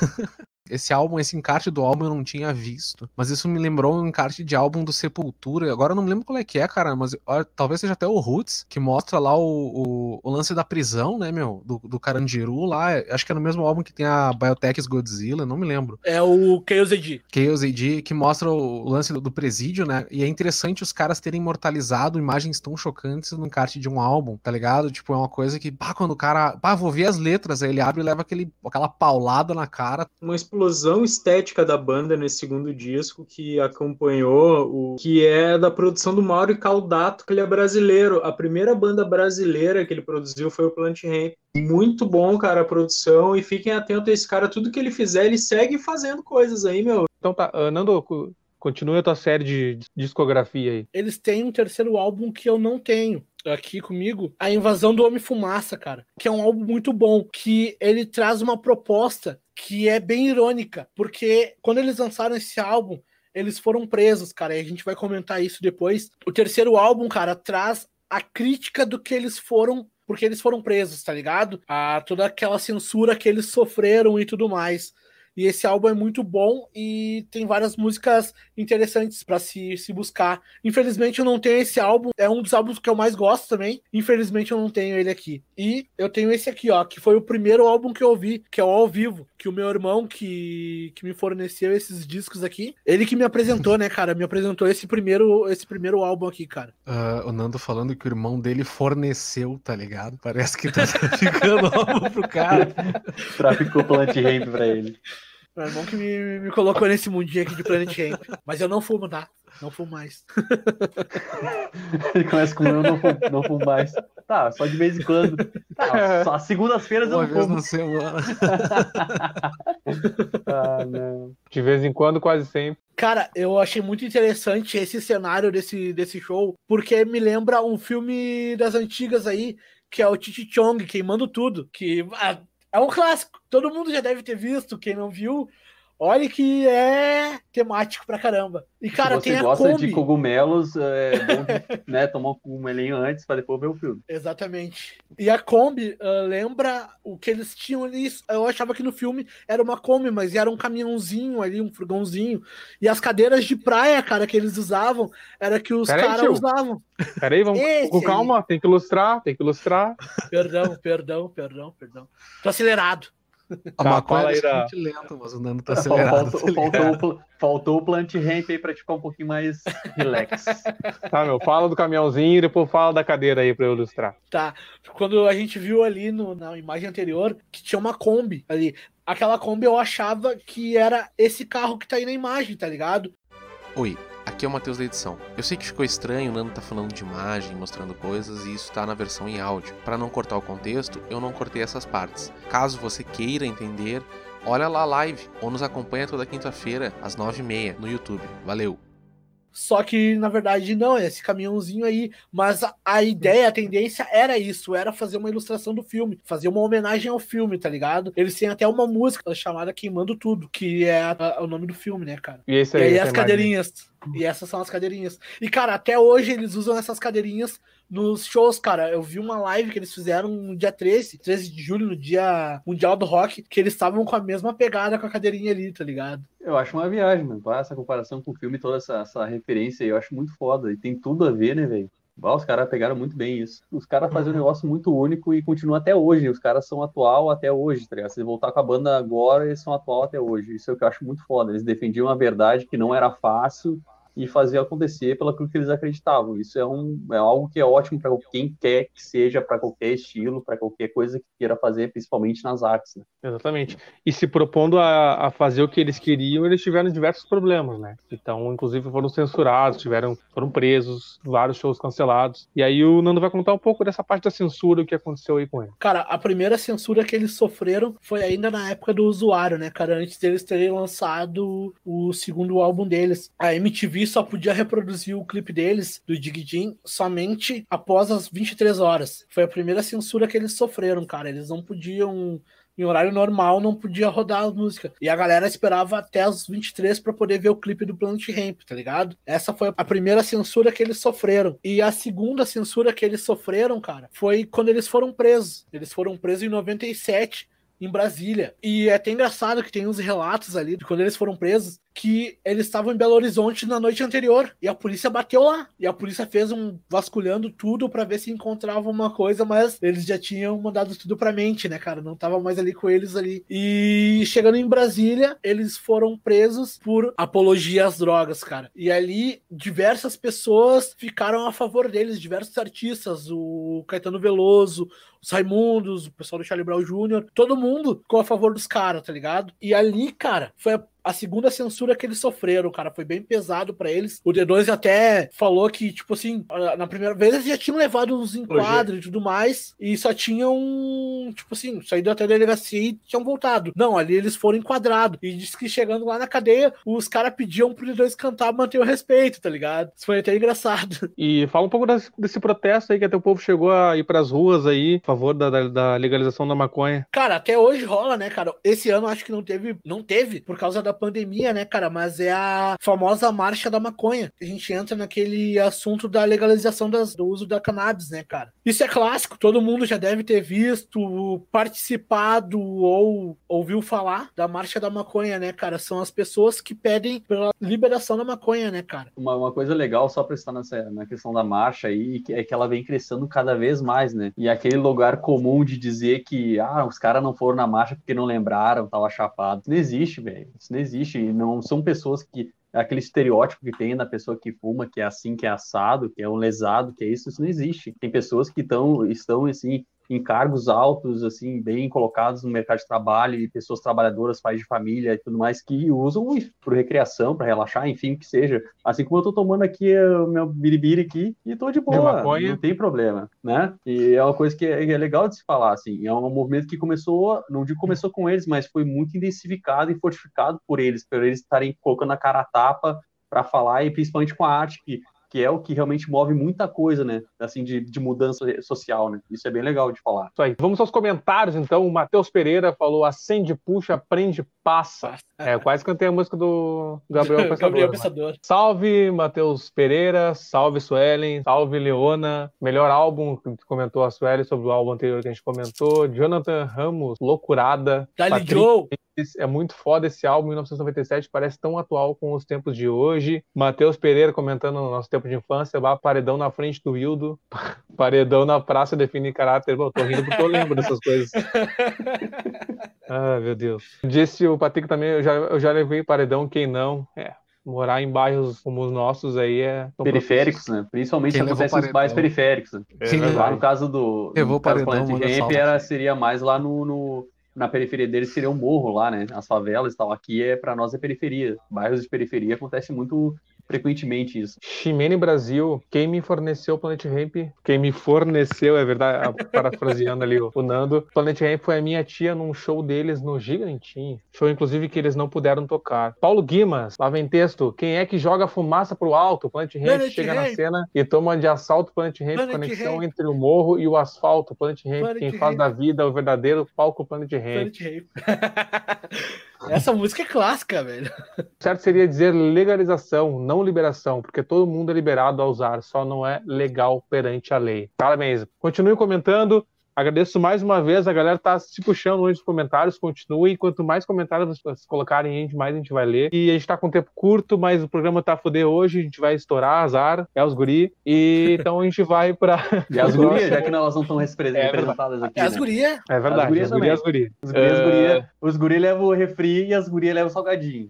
Speaker 2: Esse encarte do álbum eu não tinha visto, mas isso me lembrou um encarte de álbum do Sepultura. Agora eu não me lembro qual é que é, cara, mas talvez seja até o Roots, que mostra lá o lance da prisão, né, meu, do Carandiru lá. Acho que é no mesmo álbum que tem a Biotech's Godzilla, não me lembro.
Speaker 4: É o Chaos AD.
Speaker 2: Chaos AD, que mostra o lance do presídio, né, e é interessante os caras terem imortalizado imagens tão chocantes no encarte de um álbum, tá ligado? Tipo, é uma coisa que, quando o cara, vou ver as letras, aí ele abre e leva aquela paulada na cara.
Speaker 5: Uma explosão estética da banda nesse segundo disco que acompanhou o que é da produção do Mauro Caldato, que ele é brasileiro. A primeira banda brasileira que ele produziu foi o Plant Ramp. Muito bom, cara, a produção, e fiquem atentos a esse cara, tudo que ele fizer, ele segue fazendo coisas aí, meu.
Speaker 1: Então tá, Nando, continue a tua série de discografia aí.
Speaker 4: Eles têm um terceiro álbum que eu não tenho aqui comigo, A Invasão do Homem-Fumaça, cara, que é um álbum muito bom, que ele traz uma proposta que é bem irônica, porque quando eles lançaram esse álbum, eles foram presos, cara, e a gente vai comentar isso depois. O terceiro álbum, cara, traz a crítica do que eles foram, porque eles foram presos, tá ligado? Toda aquela censura que eles sofreram e tudo mais. E esse álbum é muito bom e tem várias músicas interessantes pra se buscar. Infelizmente eu não tenho esse álbum, é um dos álbuns que eu mais gosto também. Infelizmente eu não tenho ele aqui. E eu tenho esse aqui, ó, que foi o primeiro álbum que eu ouvi, que é o Ao Vivo, que o meu irmão que me forneceu esses discos aqui, ele que me apresentou, né, cara? Me apresentou esse primeiro álbum aqui, cara.
Speaker 2: O Nando falando que o irmão dele forneceu, tá ligado? Parece que tá ficando álbum pro cara.
Speaker 3: Traficou Plant Ramp pra ele.
Speaker 4: Meu irmão que me colocou nesse mundinho aqui de Planet Ramp. Mas eu não fumo, tá? Não fumo mais.
Speaker 3: Ele começa com eu não fumo mais. Tá, só de vez em quando. Tá, só às segundas-feiras eu não fumo.
Speaker 2: Uma vez na semana.
Speaker 1: Não. De vez em quando, quase sempre.
Speaker 4: Cara, eu achei muito interessante esse cenário desse show, porque me lembra um filme das antigas aí, que é o Cheech Chong queimando tudo, que é um clássico, todo mundo já deve ter visto, quem não viu, olha que é temático pra caramba. E, cara,
Speaker 3: se você gosta de cogumelos, é bom de, né, tomar um cogumelinho antes pra depois ver o filme.
Speaker 4: Exatamente. E a Kombi lembra o que eles tinham ali. Eu achava que no filme era uma Kombi, mas era um caminhãozinho ali, um furgãozinho. E as cadeiras de praia, cara, que eles usavam, era que os caras usavam.
Speaker 1: Peraí, vamos com calma, tem que ilustrar. Perdão.
Speaker 4: Tô acelerado.
Speaker 2: A maconha é muito lento, mas o Nando tá acelerado.
Speaker 3: Faltou o plant ramp aí pra te ficar um pouquinho mais relax.
Speaker 1: Tá, fala do caminhãozinho e depois fala da cadeira aí pra eu ilustrar.
Speaker 4: Tá, quando a gente viu ali na imagem anterior que tinha uma Kombi ali. Aquela Kombi eu achava que era esse carro que tá aí na imagem, tá ligado?
Speaker 2: Oi, aqui é o Matheus da edição. Eu sei que ficou estranho, o Nando tá falando de imagem, mostrando coisas, e isso tá na versão em áudio. Para não cortar o contexto, eu não cortei essas partes. Caso você queira entender, olha lá a live, ou nos acompanha toda quinta-feira, às 9h30, no YouTube. Valeu!
Speaker 4: Só que, na verdade, não, é esse caminhãozinho aí. Mas a ideia, a tendência era isso, era fazer uma ilustração do filme, fazer uma homenagem ao filme, tá ligado? Eles têm até uma música chamada Queimando Tudo, que é o nome do filme, né, cara?
Speaker 1: E aí
Speaker 4: as cadeirinhas. E essas são as cadeirinhas. E, cara, até hoje eles usam essas cadeirinhas nos shows, cara. Eu vi uma live que eles fizeram no dia 13 de julho, no Dia Mundial do Rock, que eles estavam com a mesma pegada com a cadeirinha ali, tá ligado?
Speaker 3: Eu acho uma viagem, mano. Essa comparação com o filme, toda essa referência aí, eu acho muito foda. E tem tudo a ver, né, velho? Os caras pegaram muito bem isso. Os caras fazem um negócio muito único e continua até hoje. Os caras são atual até hoje, tá ligado? Se voltar com a banda agora, eles são atual até hoje. Isso é o que eu acho muito foda. Eles defendiam a verdade que não era fácil e fazer acontecer pelo que eles acreditavam. Isso é algo que é ótimo para quem quer que seja, para qualquer estilo, para qualquer coisa que queira fazer, principalmente nas artes, né?
Speaker 1: Exatamente. E se propondo a fazer o que eles queriam, eles tiveram diversos problemas, né? Então, inclusive, foram censurados, foram presos, vários shows cancelados. E aí o Nando vai contar um pouco dessa parte da censura, o que aconteceu aí com ele.
Speaker 4: Cara, a primeira censura que eles sofreram foi ainda na época do Usuário, né, cara? Antes deles terem lançado o segundo álbum deles. A MTV só podia reproduzir o clipe deles, do Dig Jim, somente após as 23 horas. Foi a primeira censura que eles sofreram, cara. Eles não podiam, em horário normal, não podia rodar a música. E a galera esperava até as 23 para poder ver o clipe do Planet Hemp, tá ligado? Essa foi a primeira censura que eles sofreram. E a segunda censura que eles sofreram, cara, foi quando eles foram presos. Eles foram presos em 97, em Brasília. E é até engraçado que tem uns relatos ali de quando eles foram presos, que eles estavam em Belo Horizonte na noite anterior, e a polícia bateu lá, e a polícia fez vasculhando tudo pra ver se encontrava uma coisa, mas eles já tinham mandado tudo pra mente, né, cara, não tava mais ali com eles ali. E chegando em Brasília, eles foram presos por apologia às drogas, cara, e ali diversas pessoas ficaram a favor deles, diversos artistas, o Caetano Veloso, os Raimundos, o pessoal do Charlie Brown Jr., todo mundo ficou a favor dos caras, tá ligado? E ali, cara, foi a segunda censura que eles sofreram, cara, foi bem pesado pra eles. O D2 até falou que, tipo assim, na primeira vez eles já tinham levado uns enquadros e tudo mais, e só tinham, tipo assim, saído até a delegacia e tinham voltado. Não, ali eles foram enquadrados. E disse que chegando lá na cadeia, os caras pediam pro D2 cantar, manter o respeito, tá ligado? Isso foi até engraçado.
Speaker 1: E fala um pouco desse protesto aí, que até o povo chegou a ir pras ruas aí, a favor da legalização da maconha.
Speaker 4: Cara, até hoje rola, né, cara? Esse ano acho que não teve por causa da pandemia, né, cara? Mas é a famosa marcha da maconha. A gente entra naquele assunto da legalização do uso da cannabis, né, cara? Isso é clássico, todo mundo já deve ter visto, participado ou ouviu falar da marcha da maconha, né, cara? São as pessoas que pedem pela liberação da maconha, né, cara?
Speaker 3: Uma coisa legal, só pra estar na questão da marcha aí, é que ela vem crescendo cada vez mais, né? E aquele lugar comum de dizer que, os caras não foram na marcha porque não lembraram, tava chapado. Isso não existe, velho. Isso não existe. E não são pessoas que... Aquele estereótipo que tem da pessoa que fuma, que é assim, que é assado, que é um lesado, que é isso não existe. Tem pessoas que estão assim, em cargos altos, assim, bem colocados no mercado de trabalho, e pessoas trabalhadoras, pais de família e tudo mais, que usam por recreação, para relaxar, enfim, o que seja. Assim como eu tô tomando aqui o meu biribiri aqui e tô de boa, não tem problema, né? E é uma coisa que é legal de se falar, assim, é um movimento que começou, não digo começou com eles, mas foi muito intensificado e fortificado por eles estarem colocando a cara a tapa para falar, e principalmente com a arte, que que é o que realmente move muita coisa, né? Assim, de mudança social, né? Isso é bem legal de falar.
Speaker 1: Isso aí. Vamos aos comentários, então. O Matheus Pereira falou: acende, puxa, prende, passa. Quase cantei a música do Gabriel Pensador.
Speaker 4: Gabriel Pensador.
Speaker 1: Salve, Matheus Pereira. Salve, Suelen. Salve, Leona. Melhor álbum, que comentou a Suelen sobre o álbum anterior que a gente comentou. Jonathan Ramos, Loucurada.
Speaker 4: Dali Joe.
Speaker 1: É muito foda esse álbum, 1997, parece tão atual com os tempos de hoje. Matheus Pereira comentando no nosso tempo de infância, lá, paredão na frente do Hildo, paredão na praça define caráter. Bom, tô rindo porque eu lembro dessas coisas. Ah, meu Deus. Disse o Patrick também, eu já levei paredão, quem não? Morar em bairros como os nossos aí
Speaker 3: periféricos, né? Principalmente acontece nos bairros periféricos. Né? Lá no caso do Planet Ramp, seria mais lá na periferia deles, seria um morro lá, né? As favelas e tal. Aqui pra nós é periferia. Bairros de periferia acontece muito frequentemente isso.
Speaker 1: Ximene Brasil, quem me forneceu o Planet Ramp, quem me forneceu, é verdade, parafraseando ali o Nando, Planet Ramp foi a minha tia num show deles no Gigantinho, show inclusive que eles não puderam tocar. Paulo Guimas, lá vem texto, quem é que joga fumaça pro alto? Planet Ramp chega na cena e toma de assalto Planet Ramp, conexão entre o morro e o asfalto, Planet Ramp, quem faz da vida o verdadeiro palco Planet Ramp.
Speaker 4: Essa música é clássica, velho.
Speaker 1: Certo seria dizer legalização, não liberação, porque todo mundo é liberado a usar, só não é legal perante a lei. Parabéns. Continue comentando. Agradeço mais uma vez, a galera tá se puxando hoje nos comentários, continue, quanto mais comentários vocês colocarem, mais a gente vai ler. E a gente tá com tempo curto, mas o programa tá a foder hoje, a gente vai estourar, azar, os guri, e então a gente vai pra...
Speaker 3: E as gurias, já que elas não estão representadas aqui,
Speaker 4: as gurias.
Speaker 1: É verdade,
Speaker 3: as gurias também. Os guri levam o refri e as gurias levam o salgadinho.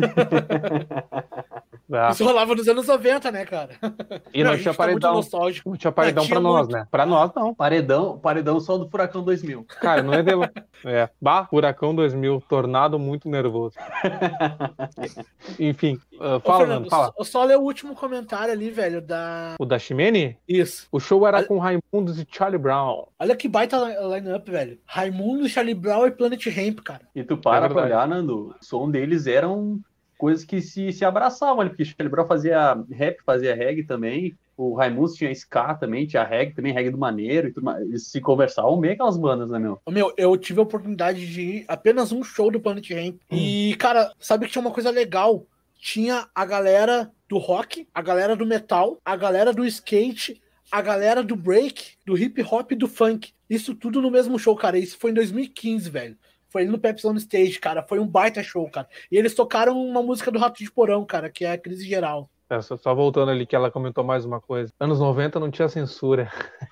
Speaker 4: Isso rolava nos anos 90, né, cara?
Speaker 1: E não tinha paredão. Não tinha paredão pra nós, né? Pra nós, não.
Speaker 3: Paredão só do Furacão 2000.
Speaker 1: Cara, não é dele. Furacão 2000, tornado muito nervoso. Enfim, fala,
Speaker 4: Fernando,
Speaker 1: fala.
Speaker 4: Eu só ler o último comentário ali, velho,
Speaker 1: O da Ximene?
Speaker 4: Isso.
Speaker 1: O show era com Raimundos e Charlie Brown.
Speaker 4: Olha que baita line-up, velho. Raimundos, Charlie Brown e Planet Ramp, cara.
Speaker 3: E tu pra olhar, Nando, o som deles eram coisas que se abraçavam ali, porque Charlie Brown fazia rap, fazia reggae também, o Raimundos tinha ska também, tinha reggae também, reggae do Maneiro e tudo mais. Eles se conversavam meio aquelas bandas, né, meu?
Speaker 4: Eu tive a oportunidade de ir apenas um show do Planet Ramp. E, cara, sabe que tinha uma coisa legal? Tinha a galera do rock, a galera do metal, a galera do skate, a galera do break, do hip hop e do funk. Isso tudo no mesmo show, cara. Isso foi em 2015, velho. Foi ali no Pepsi On Stage, cara. Foi um baita show, cara. E eles tocaram uma música do Rato de Porão, cara, que é a Crise Geral.
Speaker 1: Só voltando ali, que ela comentou mais uma coisa. Anos 90 não tinha censura.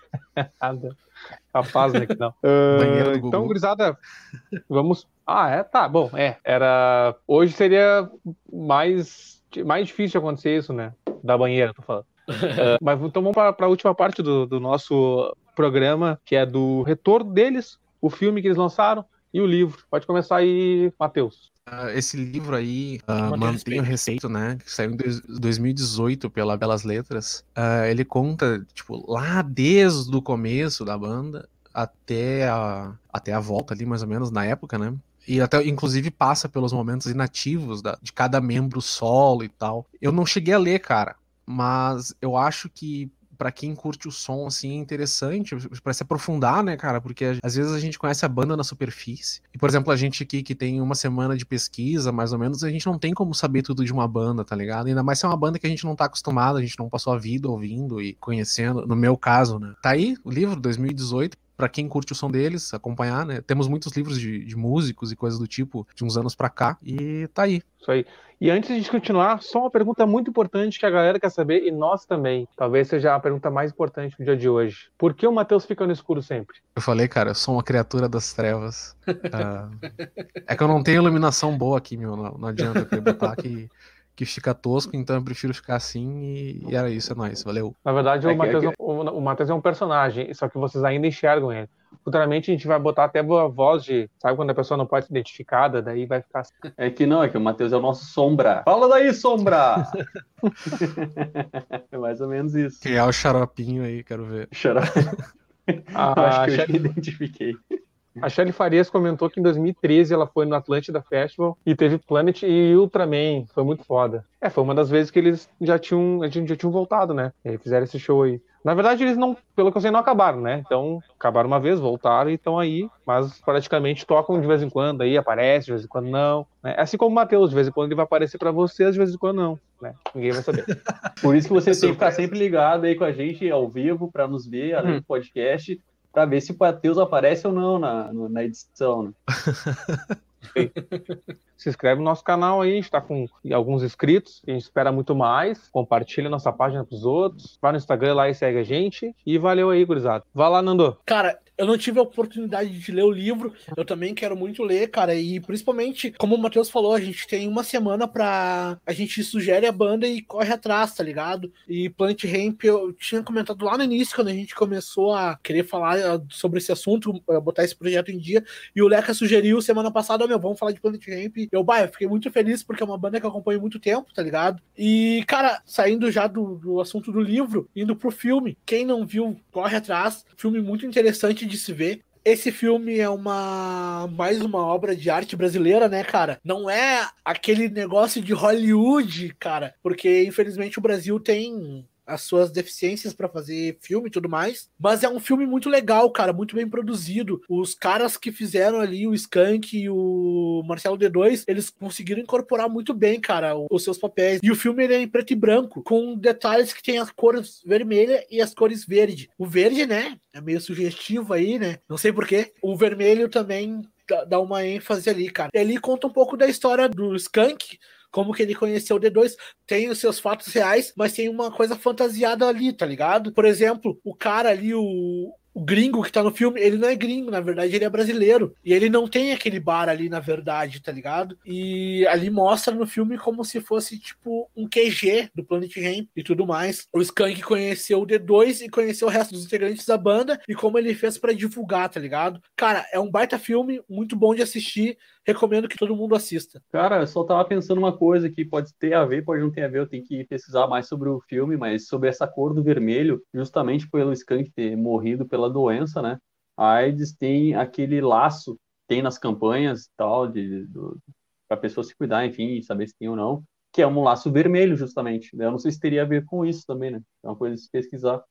Speaker 1: Capaz, né, que não. Então, gurizada, vamos... tá, bom, era... Hoje seria mais difícil acontecer isso, né? Da banheira, tô falando. Mas então vamos para a última parte do nosso programa, que é do retorno deles, o filme que eles lançaram e o livro. Pode começar aí, Matheus.
Speaker 2: Esse livro aí, Mantém o Respeito, né? Que saiu em 2018 pela Belas Letras. Ele conta, tipo, lá desde o começo da banda até a volta ali, mais ou menos, na época, né? E até, inclusive, passa pelos momentos inativos de cada membro solo e tal. Eu não cheguei a ler, cara, mas eu acho que pra quem curte o som, assim, é interessante pra se aprofundar, né, cara, porque às vezes a gente conhece a banda na superfície, e, por exemplo, a gente aqui que tem uma semana de pesquisa, mais ou menos, a gente não tem como saber tudo de uma banda, tá ligado? Ainda mais se é uma banda que a gente não tá acostumado, a gente não passou a vida ouvindo e conhecendo, no meu caso, né. Tá aí o livro, 2018, pra quem curte o som deles, acompanhar, né, temos muitos livros de músicos e coisas do tipo, de uns anos pra cá, e tá aí.
Speaker 1: Isso aí. E antes de continuar, só uma pergunta muito importante que a galera quer saber, e nós também. Talvez seja a pergunta mais importante do dia de hoje. Por que o Matheus fica no escuro sempre?
Speaker 2: Eu falei, cara, eu sou uma criatura das trevas. É que eu não tenho iluminação boa aqui, meu. Não adianta eu querer botar que fica tosco, então eu prefiro ficar assim e era isso, é nóis, valeu.
Speaker 1: Na verdade, o Matheus é um personagem, só que vocês ainda enxergam ele. Futuramente a gente vai botar até a voz de... Sabe quando a pessoa não pode ser identificada? Daí vai ficar assim.
Speaker 3: É que o Matheus é o nosso Sombra. Fala daí, Sombra! É mais ou menos isso.
Speaker 2: Criar o xaropinho aí, quero ver.
Speaker 3: Xarope. Acho que eu já identifiquei.
Speaker 1: A Shelly Farias comentou que em 2013 ela foi no Atlântida Festival e teve Planet e Ultraman. Foi muito foda. Foi uma das vezes que eles já tinham voltado, né? E fizeram esse show aí. Na verdade, eles não, pelo que eu sei, não acabaram, né? Então, acabaram uma vez, voltaram e estão aí, mas praticamente tocam de vez em quando aí, aparece, de vez em quando não. Né? Assim como o Matheus, de vez em quando ele vai aparecer pra vocês, de vez em quando não. Né? Ninguém vai saber.
Speaker 3: Por isso que você tem que ficar sempre ligado aí com a gente ao vivo pra nos ver, além do podcast, pra ver se o Matheus aparece ou não na edição, né?
Speaker 1: Se inscreve no nosso canal aí, a gente tá com alguns inscritos, a gente espera muito mais. Compartilha nossa página pros outros. Vai no Instagram lá e segue a gente. E valeu aí, gurizada. Vai lá, Nando.
Speaker 4: Cara, eu não tive a oportunidade de ler o livro, eu também quero muito ler, cara, e principalmente, como o Matheus falou, a gente tem uma semana pra... A gente sugere a banda e corre atrás, tá ligado? E Planet Hemp, eu tinha comentado lá no início, quando a gente começou a querer falar sobre esse assunto, botar esse projeto em dia, e o Leca sugeriu semana passada, vamos falar de Planet Hemp. Eu fiquei muito feliz, porque é uma banda que eu acompanho há muito tempo, tá ligado? E, cara, saindo já do assunto do livro, indo pro filme, quem não viu, corre atrás, filme muito interessante de se ver. Esse filme é mais uma obra de arte brasileira, né, cara? Não é aquele negócio de Hollywood, cara, porque infelizmente o Brasil tem as suas deficiências pra fazer filme e tudo mais, mas é um filme muito legal, cara, muito bem produzido. Os caras que fizeram ali, o Skank e o Marcelo D2, eles conseguiram incorporar muito bem, cara, os seus papéis. E o filme, ele é em preto e branco, com detalhes que tem as cores vermelha e as cores verde. O verde, né, é meio sugestivo aí, né, não sei porquê. O vermelho também dá uma ênfase ali, cara. E ali conta um pouco da história do Skank, como que ele conheceu o D2, tem os seus fatos reais, mas tem uma coisa fantasiada ali, tá ligado? Por exemplo, o cara ali, o gringo que tá no filme, ele não é gringo, na verdade ele é brasileiro, e ele não tem aquele bar ali, na verdade, tá ligado? E ali mostra no filme como se fosse, tipo, um QG do Planet Hemp e tudo mais. O Skank conheceu o D2 e conheceu o resto dos integrantes da banda, e como ele fez pra divulgar, tá ligado? Cara, é um baita filme, muito bom de assistir, recomendo que todo mundo assista.
Speaker 3: Cara, eu só tava pensando uma coisa que pode ter a ver, pode não ter a ver, eu tenho que pesquisar mais sobre o filme, mas sobre essa cor do vermelho, justamente pelo Skank ter morrido pela doença, né? A AIDS tem aquele laço, tem nas campanhas e tal, pra pessoa se cuidar, enfim, saber se tem ou não, que é um laço vermelho, justamente. Eu não sei se teria a ver com isso também, né? É uma coisa de se pesquisar.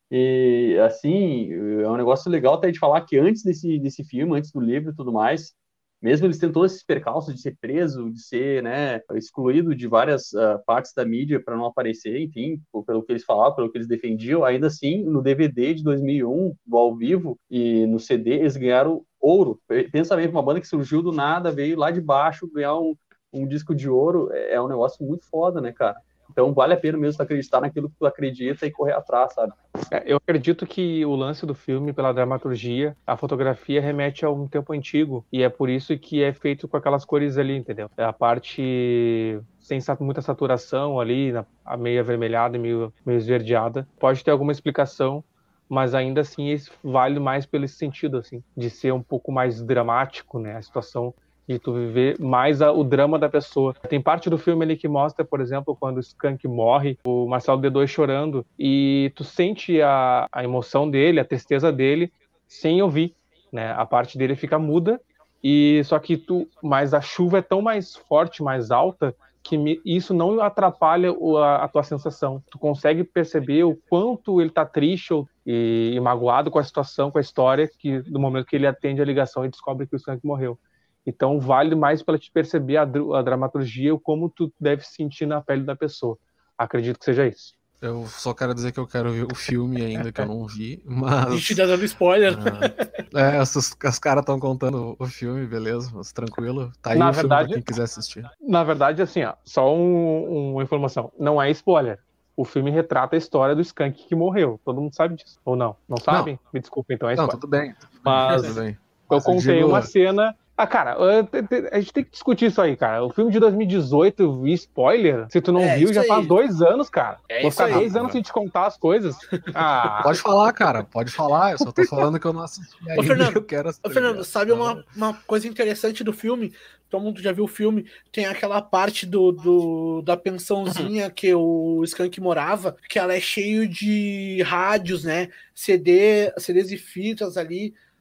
Speaker 3: E, assim, é um negócio legal até de falar que antes desse filme, antes do livro e tudo mais, mesmo eles tendo todos esses percalços de ser preso, de ser, né, excluído de várias partes da mídia para não aparecer, enfim, pelo que eles falavam, pelo que eles defendiam, ainda assim, no DVD de 2001, do ao vivo, e no CD, eles ganharam ouro. Pensa mesmo, uma banda que surgiu do nada, veio lá de baixo, ganhar um disco de ouro, é um negócio muito foda, né, cara? Então vale a pena mesmo acreditar naquilo que tu acredita e correr atrás, sabe?
Speaker 1: Eu acredito que o lance do filme, pela dramaturgia, a fotografia remete a um tempo antigo, e é por isso que é feito com aquelas cores ali, entendeu? A parte sem muita saturação ali, a meio avermelhada e meio esverdeada. Pode ter alguma explicação, mas ainda assim isso vale mais pelo sentido, assim, de ser um pouco mais dramático, né, a situação, de tu viver mais o drama da pessoa. Tem parte do filme ali que mostra, por exemplo, quando o Skank morre, o Marcelo D2 chorando, e tu sente a emoção dele, a tristeza dele, sem ouvir, né? A parte dele fica muda, e só que mas a chuva é tão mais forte, mais alta, que isso não atrapalha a tua sensação. Tu consegue perceber o quanto ele tá triste e magoado com a situação, com a história, que do momento que ele atende a ligação e descobre que o Skank morreu. Então vale mais para te perceber a dramaturgia e como tu deve sentir na pele da pessoa. Acredito que seja isso.
Speaker 2: Eu só quero dizer que eu quero ver o filme ainda, que eu não vi, mas...
Speaker 4: A gente tá dando spoiler.
Speaker 2: Os caras estão contando o filme, beleza, mas tranquilo. Tá aí
Speaker 1: na
Speaker 2: o
Speaker 1: verdade,
Speaker 2: filme pra quem quiser assistir.
Speaker 1: Na verdade, assim, ó, só uma informação. Não é spoiler. O filme retrata a história do Skank que morreu. Todo mundo sabe disso. Ou não? Não sabem? Não. Me desculpa, então é spoiler.
Speaker 2: Não, tudo bem.
Speaker 1: Mas
Speaker 2: tudo bem.
Speaker 1: Eu contei uma cena... cara, a gente tem que discutir isso aí, cara. O filme de 2018, spoiler, se tu não viu, já faz 2 anos, cara. Vou ficar 2 anos sem te contar as coisas.
Speaker 2: Pode falar, cara, pode falar. Eu só tô falando que eu não assisti ainda.
Speaker 4: Fernando,
Speaker 2: eu quero assistir.
Speaker 4: Fernando, sabe uma coisa interessante do filme? Todo mundo já viu o filme, tem aquela parte da pensãozinha que o Skank morava, que ela é cheio de rádios, né? CDs e fitas ali,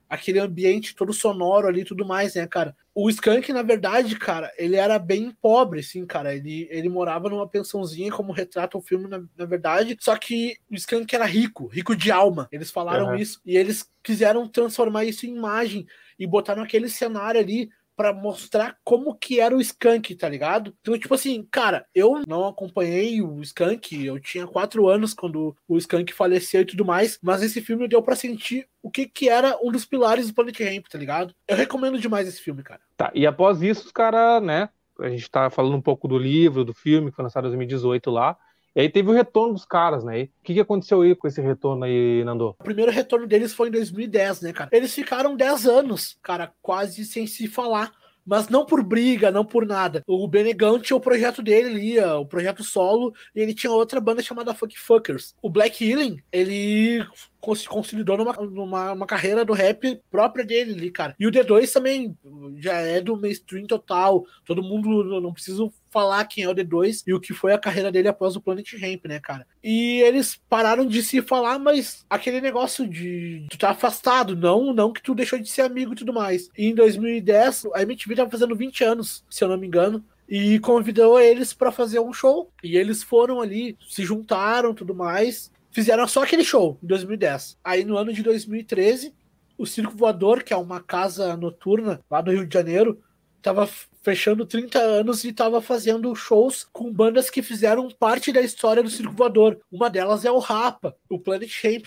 Speaker 4: aquele ambiente todo sonoro ali e tudo mais, né, cara? O Skank, na verdade, cara, ele era bem pobre, assim, cara. Ele morava numa pensãozinha, como retrata o filme, na verdade. Só que o Skank era rico de alma. Eles falaram isso. E eles quiseram transformar isso em imagem e botar naquele cenário ali pra mostrar como que era o Skank, tá ligado? Então, tipo assim, cara, eu não acompanhei o Skank, eu tinha 4 anos quando o Skank faleceu e tudo mais, mas esse filme deu pra sentir o que era um dos pilares do Planet Hemp, tá ligado? Eu recomendo demais esse filme, cara.
Speaker 1: Tá, e após isso, os caras, né, a gente tá falando um pouco do livro, do filme, que foi lançado em 2018 lá, e aí teve o retorno dos caras, né? O que aconteceu aí com esse retorno aí, Nando?
Speaker 4: O primeiro retorno deles foi em 2010, né, cara? Eles ficaram 10 anos, cara, quase sem se falar. Mas não por briga, não por nada. O Benegan tinha o projeto dele ali, o projeto solo, e ele tinha outra banda chamada Fuck Fuckers. O Black Healing, ele se consolidou numa carreira do rap própria dele ali, cara. E o D2 também já é do mainstream total. Todo mundo, não preciso falar quem é o D2 e o que foi a carreira dele após o Planet Hemp, né, cara? E eles pararam de se falar, mas aquele negócio de tu tá afastado, não que tu deixou de ser amigo e tudo mais. E em 2010, a MTV tava fazendo 20 anos, se eu não me engano, e convidou eles pra fazer um show. E eles foram ali, se juntaram e tudo mais. Fizeram só aquele show em 2010. Aí no ano de 2013, o Circo Voador, que é uma casa noturna lá do Rio de Janeiro, tava fechando 30 anos e tava fazendo shows com bandas que fizeram parte da história do Circo Voador. Uma delas é o Rapa, o Planet Hemp,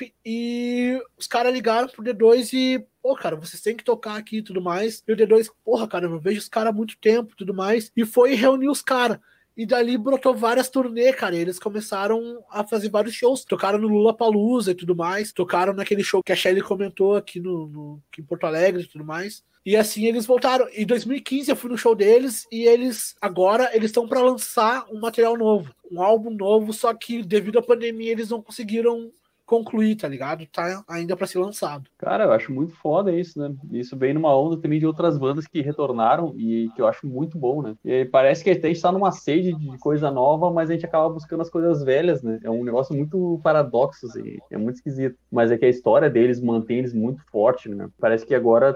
Speaker 4: e os caras ligaram pro D2 e, pô, cara, vocês têm que tocar aqui e tudo mais. E o D2, porra, cara, eu não vejo os caras há muito tempo e tudo mais. E foi reunir os caras. E dali brotou várias turnê, cara. E eles começaram a fazer vários shows. Tocaram no Lollapalooza e tudo mais. Tocaram naquele show que a Shelly comentou aqui aqui em Porto Alegre e tudo mais. E assim eles voltaram. Em 2015 eu fui no show deles e eles estão para lançar um material novo, um álbum novo, só que devido à pandemia eles não conseguiram concluir, tá ligado? Tá ainda pra ser lançado.
Speaker 3: Cara, eu acho muito foda isso, né? Isso vem numa onda também de outras bandas que retornaram e que eu acho muito bom, né? E parece que a gente tá numa sede de coisa nova, mas a gente acaba buscando as coisas velhas, né? É um negócio muito paradoxo, assim, é muito esquisito. Mas é que a história deles mantém eles muito forte, né? Parece que agora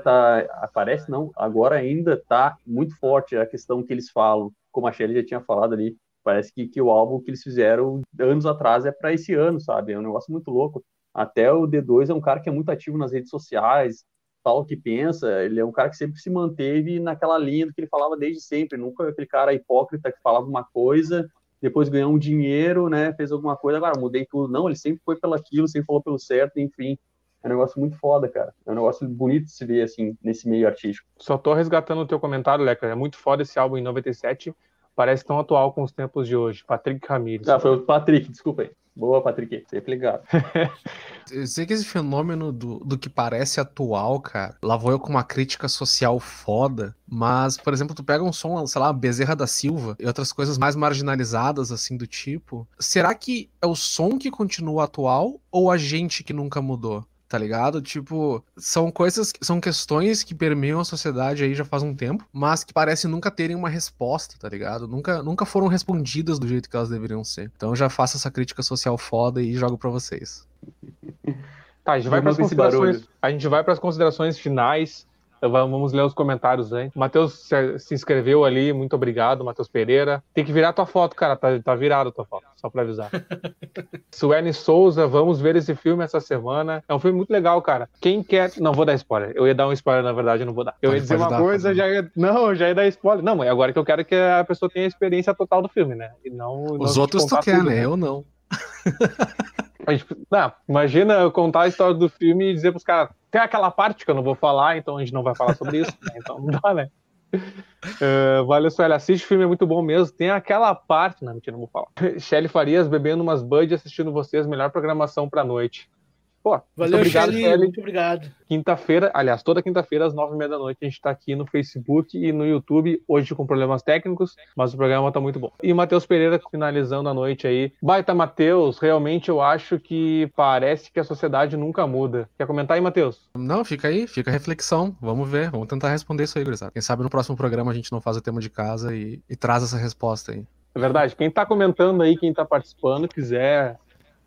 Speaker 3: agora ainda tá muito forte a questão que eles falam, como a Shelly já tinha falado ali. Parece que o álbum que eles fizeram anos atrás é para esse ano, sabe? É um negócio muito louco. Até o D2 é um cara que é muito ativo nas redes sociais, fala o que pensa. Ele é um cara que sempre se manteve naquela linha do que ele falava desde sempre. Nunca aquele cara hipócrita que falava uma coisa, depois ganhou um dinheiro, né? Fez alguma coisa, agora mudei tudo. Não, ele sempre foi pelo aquilo, sempre falou pelo certo, enfim. É um negócio muito foda, cara. É um negócio bonito de se ver, assim, nesse meio artístico.
Speaker 1: Só tô resgatando o teu comentário, Leca. É muito foda esse álbum em 97. Parece tão atual com os tempos de hoje. Patrick Ramírez.
Speaker 3: Ah, foi o Patrick, desculpa aí. Boa, Patrick. Sempre ligado.
Speaker 2: Eu sei que esse fenômeno do que parece atual, cara, lá vou eu com uma crítica social foda, mas, por exemplo, tu pega um som, sei lá, Bezerra da Silva e outras coisas mais marginalizadas, assim, do tipo, será que é o som que continua atual ou a gente que nunca mudou? Tá ligado? Tipo, são questões que permeiam a sociedade aí já faz um tempo, mas que parecem nunca terem uma resposta, tá ligado? Nunca foram respondidas do jeito que elas deveriam ser. Então eu já faço essa crítica social foda e jogo pra vocês.
Speaker 1: Tá, a gente vai para as considerações finais. Vamos ler os comentários aí. Matheus se inscreveu ali, muito obrigado, Matheus Pereira. Tem que virar tua foto, cara, tá virado a tua foto, só pra avisar. Suene Souza, vamos ver esse filme essa semana. É um filme muito legal, cara. Quem quer... Não vou dar spoiler. Eu ia dar um spoiler, na verdade, eu não vou dar. Eu ia dizer uma coisa, já ia dar spoiler. Não, agora que eu quero que a pessoa tenha a experiência total do filme, né? E não
Speaker 2: os outros tu quer, né? Eu não.
Speaker 1: Imagina eu contar a história do filme e dizer pros caras, tem aquela parte que eu não vou falar, então a gente não vai falar sobre isso, né? Então não dá, né? Valeu, Sueli, assiste o filme, é muito bom mesmo. Tem aquela parte, não, mentira, não vou falar. Shelly Farias bebendo umas Bud assistindo vocês, melhor programação pra noite. Pô,
Speaker 4: valeu, muito obrigado, Shelly, muito obrigado.
Speaker 1: Quinta-feira, aliás, toda quinta-feira às 9h30 da noite a gente tá aqui no Facebook e no YouTube, hoje com problemas técnicos, mas o programa tá muito bom. E o Matheus Pereira finalizando a noite aí. Baita, Matheus, realmente eu acho que parece que a sociedade nunca muda. Quer comentar aí, Matheus?
Speaker 2: Não, fica aí, fica a reflexão. Vamos ver, vamos tentar responder isso aí, gurizada. Quem sabe no próximo programa a gente não faz o tema de casa e traz essa resposta aí.
Speaker 1: É verdade, quem tá comentando aí, quem tá participando, quiser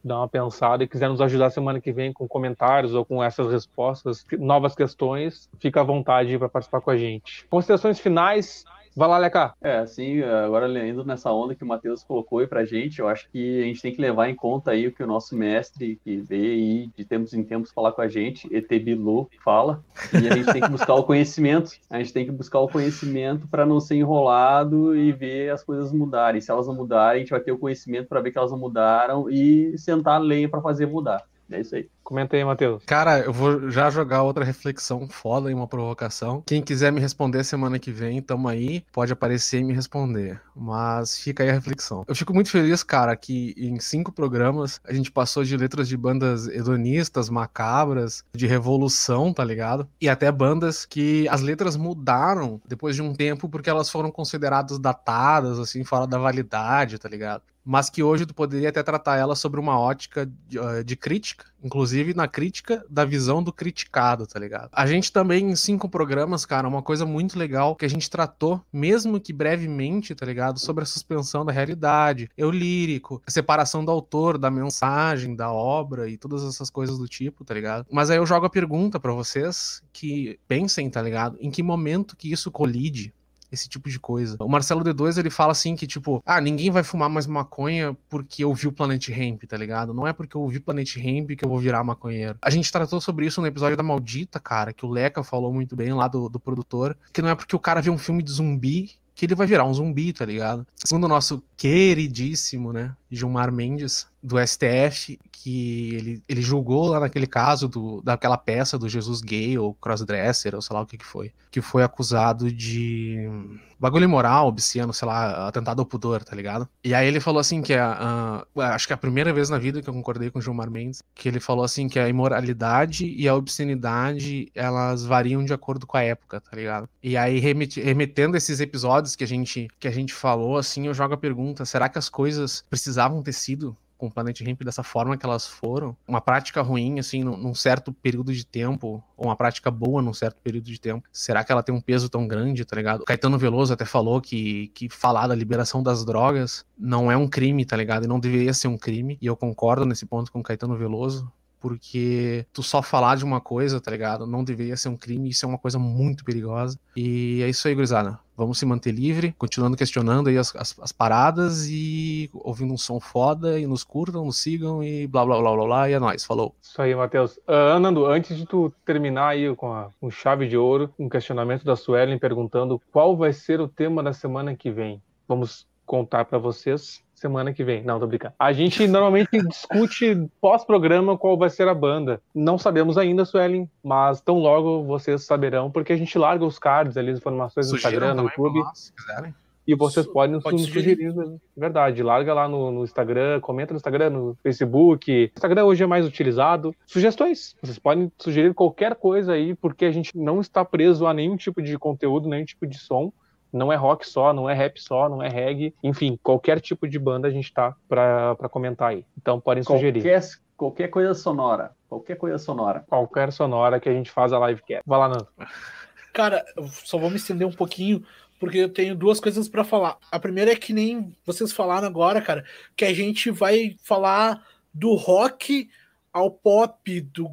Speaker 1: dar uma pensada e quiser nos ajudar semana que vem com comentários ou com essas respostas, novas questões, fica à vontade para participar com a gente. Considerações finais. Vai lá, Leca.
Speaker 3: Assim, agora indo nessa onda que o Matheus colocou aí pra gente, eu acho que a gente tem que levar em conta aí o que o nosso mestre, que veio aí de tempos em tempos falar com a gente, ET Bilu, fala, e a gente tem que buscar o conhecimento. A gente tem que buscar o conhecimento para não ser enrolado e ver as coisas mudarem. Se elas não mudarem, a gente vai ter o conhecimento para ver que elas não mudaram e sentar a lenha para fazer mudar. É isso aí.
Speaker 1: Comenta aí, Matheus.
Speaker 2: Cara, eu vou já jogar outra reflexão foda e uma provocação. Quem quiser me responder semana que vem, tamo aí, pode aparecer e me responder. Mas fica aí a reflexão. Eu fico muito feliz, cara, que em 5 programas a gente passou de letras de bandas hedonistas, macabras, de revolução, tá ligado? E até bandas que as letras mudaram depois de um tempo porque elas foram consideradas datadas, assim, fora da validade, tá ligado? Mas que hoje tu poderia até tratar ela sobre uma ótica de crítica, inclusive na crítica da visão do criticado, tá ligado? A gente também, em 5 programas, cara, uma coisa muito legal que a gente tratou, mesmo que brevemente, tá ligado? Sobre a suspensão da realidade, eu lírico, a separação do autor, da mensagem, da obra e todas essas coisas do tipo, tá ligado? Mas aí eu jogo a pergunta pra vocês que pensem, tá ligado? Em que momento que isso colide? Esse tipo de coisa. O Marcelo D2, ele fala assim que, tipo, ninguém vai fumar mais maconha porque eu vi o Planet Hemp, tá ligado? Não é porque eu vi o Planet Hemp que eu vou virar maconheiro. A gente tratou sobre isso no episódio da Maldita, cara, que o Leca falou muito bem lá do produtor, que não é porque o cara vê um filme de zumbi que ele vai virar um zumbi, tá ligado? Segundo o nosso queridíssimo, né, Gilmar Mendes, do STF, que ele julgou lá naquele caso daquela peça do Jesus gay ou crossdresser, ou sei lá o que foi acusado de bagulho imoral, obsceno, sei lá, atentado ao pudor, tá ligado? E aí ele falou assim que acho que é a primeira vez na vida que eu concordei com o Gilmar Mendes, que ele falou assim que a imoralidade e a obscenidade, elas variam de acordo com a época, tá ligado? E aí remetendo esses episódios que a gente falou, assim, eu jogo a pergunta, será que as coisas precisavam ter sido com o Planet Hemp dessa forma que elas foram? Uma prática ruim, assim, num certo período de tempo, ou uma prática boa num certo período de tempo, será que ela tem um peso tão grande, tá ligado? O Caetano Veloso até falou que falar da liberação das drogas não é um crime, tá ligado? E não deveria ser um crime, e eu concordo nesse ponto com o Caetano Veloso, porque tu só falar de uma coisa, tá ligado? Não deveria ser um crime, isso é uma coisa muito perigosa. E é isso aí, gurizada. Vamos se manter livre, continuando questionando aí as paradas e ouvindo um som foda, e nos curtam, nos sigam e blá blá blá blá blá, e é nóis, falou.
Speaker 1: Isso aí, Matheus. Nando, antes de tu terminar aí com chave de ouro, um questionamento da Suelen perguntando qual vai ser o tema da semana que vem. Vamos contar pra vocês semana que vem. Não, tô brincando. A gente normalmente discute pós-programa qual vai ser a banda. Não sabemos ainda, Suelen, mas tão logo vocês saberão, porque a gente larga os cards ali, as informações no Instagram, no YouTube.
Speaker 2: Se quiserem.
Speaker 1: E vocês podem nos sugerir, verdade. Larga lá no Instagram, comenta no Instagram, no Facebook. O Instagram hoje é mais utilizado. Sugestões. Vocês podem sugerir qualquer coisa aí, porque a gente não está preso a nenhum tipo de conteúdo, nenhum tipo de som. Não é rock só, não é rap só, não é reggae. Enfim, qualquer tipo de banda a gente tá pra comentar aí. Então podem sugerir.
Speaker 3: Qualquer coisa sonora. Qualquer coisa sonora.
Speaker 1: Qualquer sonora que a gente faz a livecast. Vai lá, Nando.
Speaker 4: Cara, eu só vou me estender um pouquinho, porque eu tenho 2 coisas pra falar. A primeira é que nem vocês falaram agora, cara, que a gente vai falar do rock ao pop, do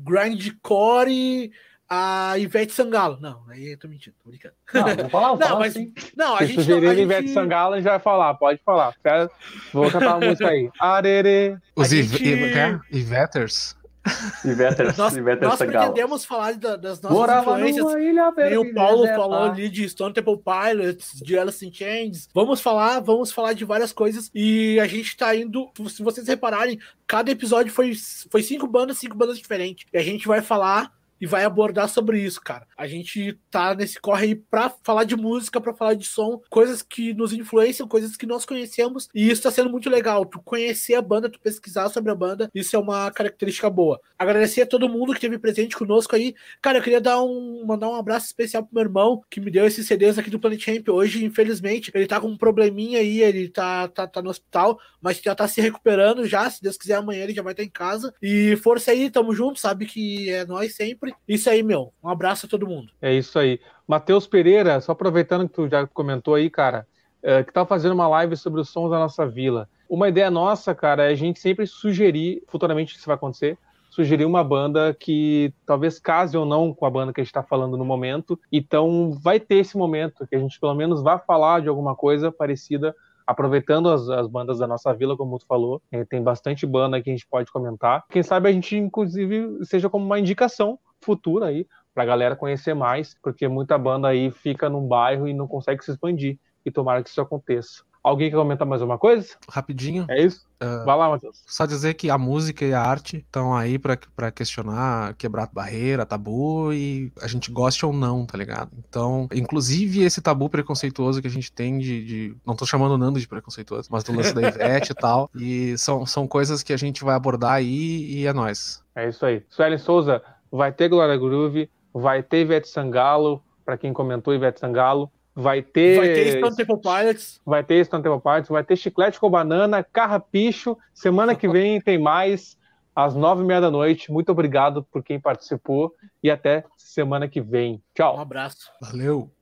Speaker 4: grindcore a Ivete Sangalo. Não, aí eu tô mentindo, tô brincando.
Speaker 3: Não, vamos falar,
Speaker 4: não, mas
Speaker 3: assim.
Speaker 4: não, a
Speaker 1: Se
Speaker 4: gente
Speaker 1: sugerir Ivete Sangalo, a gente vai falar, pode falar. Vou cantar uma música aí. Arerê.
Speaker 2: Os Iveters.
Speaker 4: Nós pretendemos falar das nossas influências. Nem o Paulo falou ali de Stone Temple Pilots, de Alice in Chains. Vamos falar de várias coisas. E a gente tá indo, se vocês repararem, cada episódio foi 5 bandas diferentes. E a gente vai falar e vai abordar sobre isso, cara. A gente tá nesse corre aí pra falar de música, pra falar de som, coisas que nos influenciam, coisas que nós conhecemos, e isso tá sendo muito legal. Tu conhecer a banda, tu pesquisar sobre a banda, isso é uma característica boa. Agradecer a todo mundo que esteve presente conosco aí. Cara, eu queria mandar um abraço especial pro meu irmão, que me deu esses CDs aqui do Planet Hemp. Hoje, infelizmente, ele tá com um probleminha aí, ele tá no hospital, mas já tá se recuperando já, se Deus quiser, amanhã ele já vai estar em casa. E força aí, tamo junto, sabe que é nós sempre. Isso aí, meu. Um abraço a todo mundo.
Speaker 1: É isso aí. Matheus Pereira, só aproveitando que tu já comentou aí, cara, que tá fazendo uma live sobre os sons da nossa vila. Uma ideia nossa, cara, é a gente sempre sugerir, futuramente isso vai acontecer, sugerir uma banda que talvez case ou não com a banda que a gente está falando no momento. Então vai ter esse momento que a gente pelo menos vai falar de alguma coisa parecida, aproveitando as bandas da nossa vila, como tu falou. Tem bastante banda que a gente pode comentar. Quem sabe a gente, inclusive, seja como uma indicação futura aí, pra galera conhecer mais, porque muita banda aí fica num bairro e não consegue se expandir. E tomara que isso aconteça. Alguém quer comentar mais alguma coisa?
Speaker 2: Rapidinho.
Speaker 1: É isso? Vai lá, Matheus.
Speaker 2: Só dizer que a música e a arte estão aí pra questionar, quebrar barreira, tabu, e a gente goste ou não, tá ligado? Então, inclusive esse tabu preconceituoso que a gente tem não tô chamando o Nando de preconceituoso, mas do lance da Ivete e tal, e são coisas que a gente vai abordar aí e é nóis.
Speaker 1: É isso aí. Suelen Souza, vai ter Glória Groove, vai ter Ivete Sangalo, pra quem comentou Ivete Sangalo, vai ter
Speaker 4: Stone Temple Pilots.
Speaker 1: Vai ter Stone Temple Pilots, vai ter Chiclete com Banana, Carrapicho. Semana que vem tem mais, às 9h30 da noite. Muito obrigado por quem participou e até semana que vem. Tchau.
Speaker 4: Um abraço.
Speaker 2: Valeu.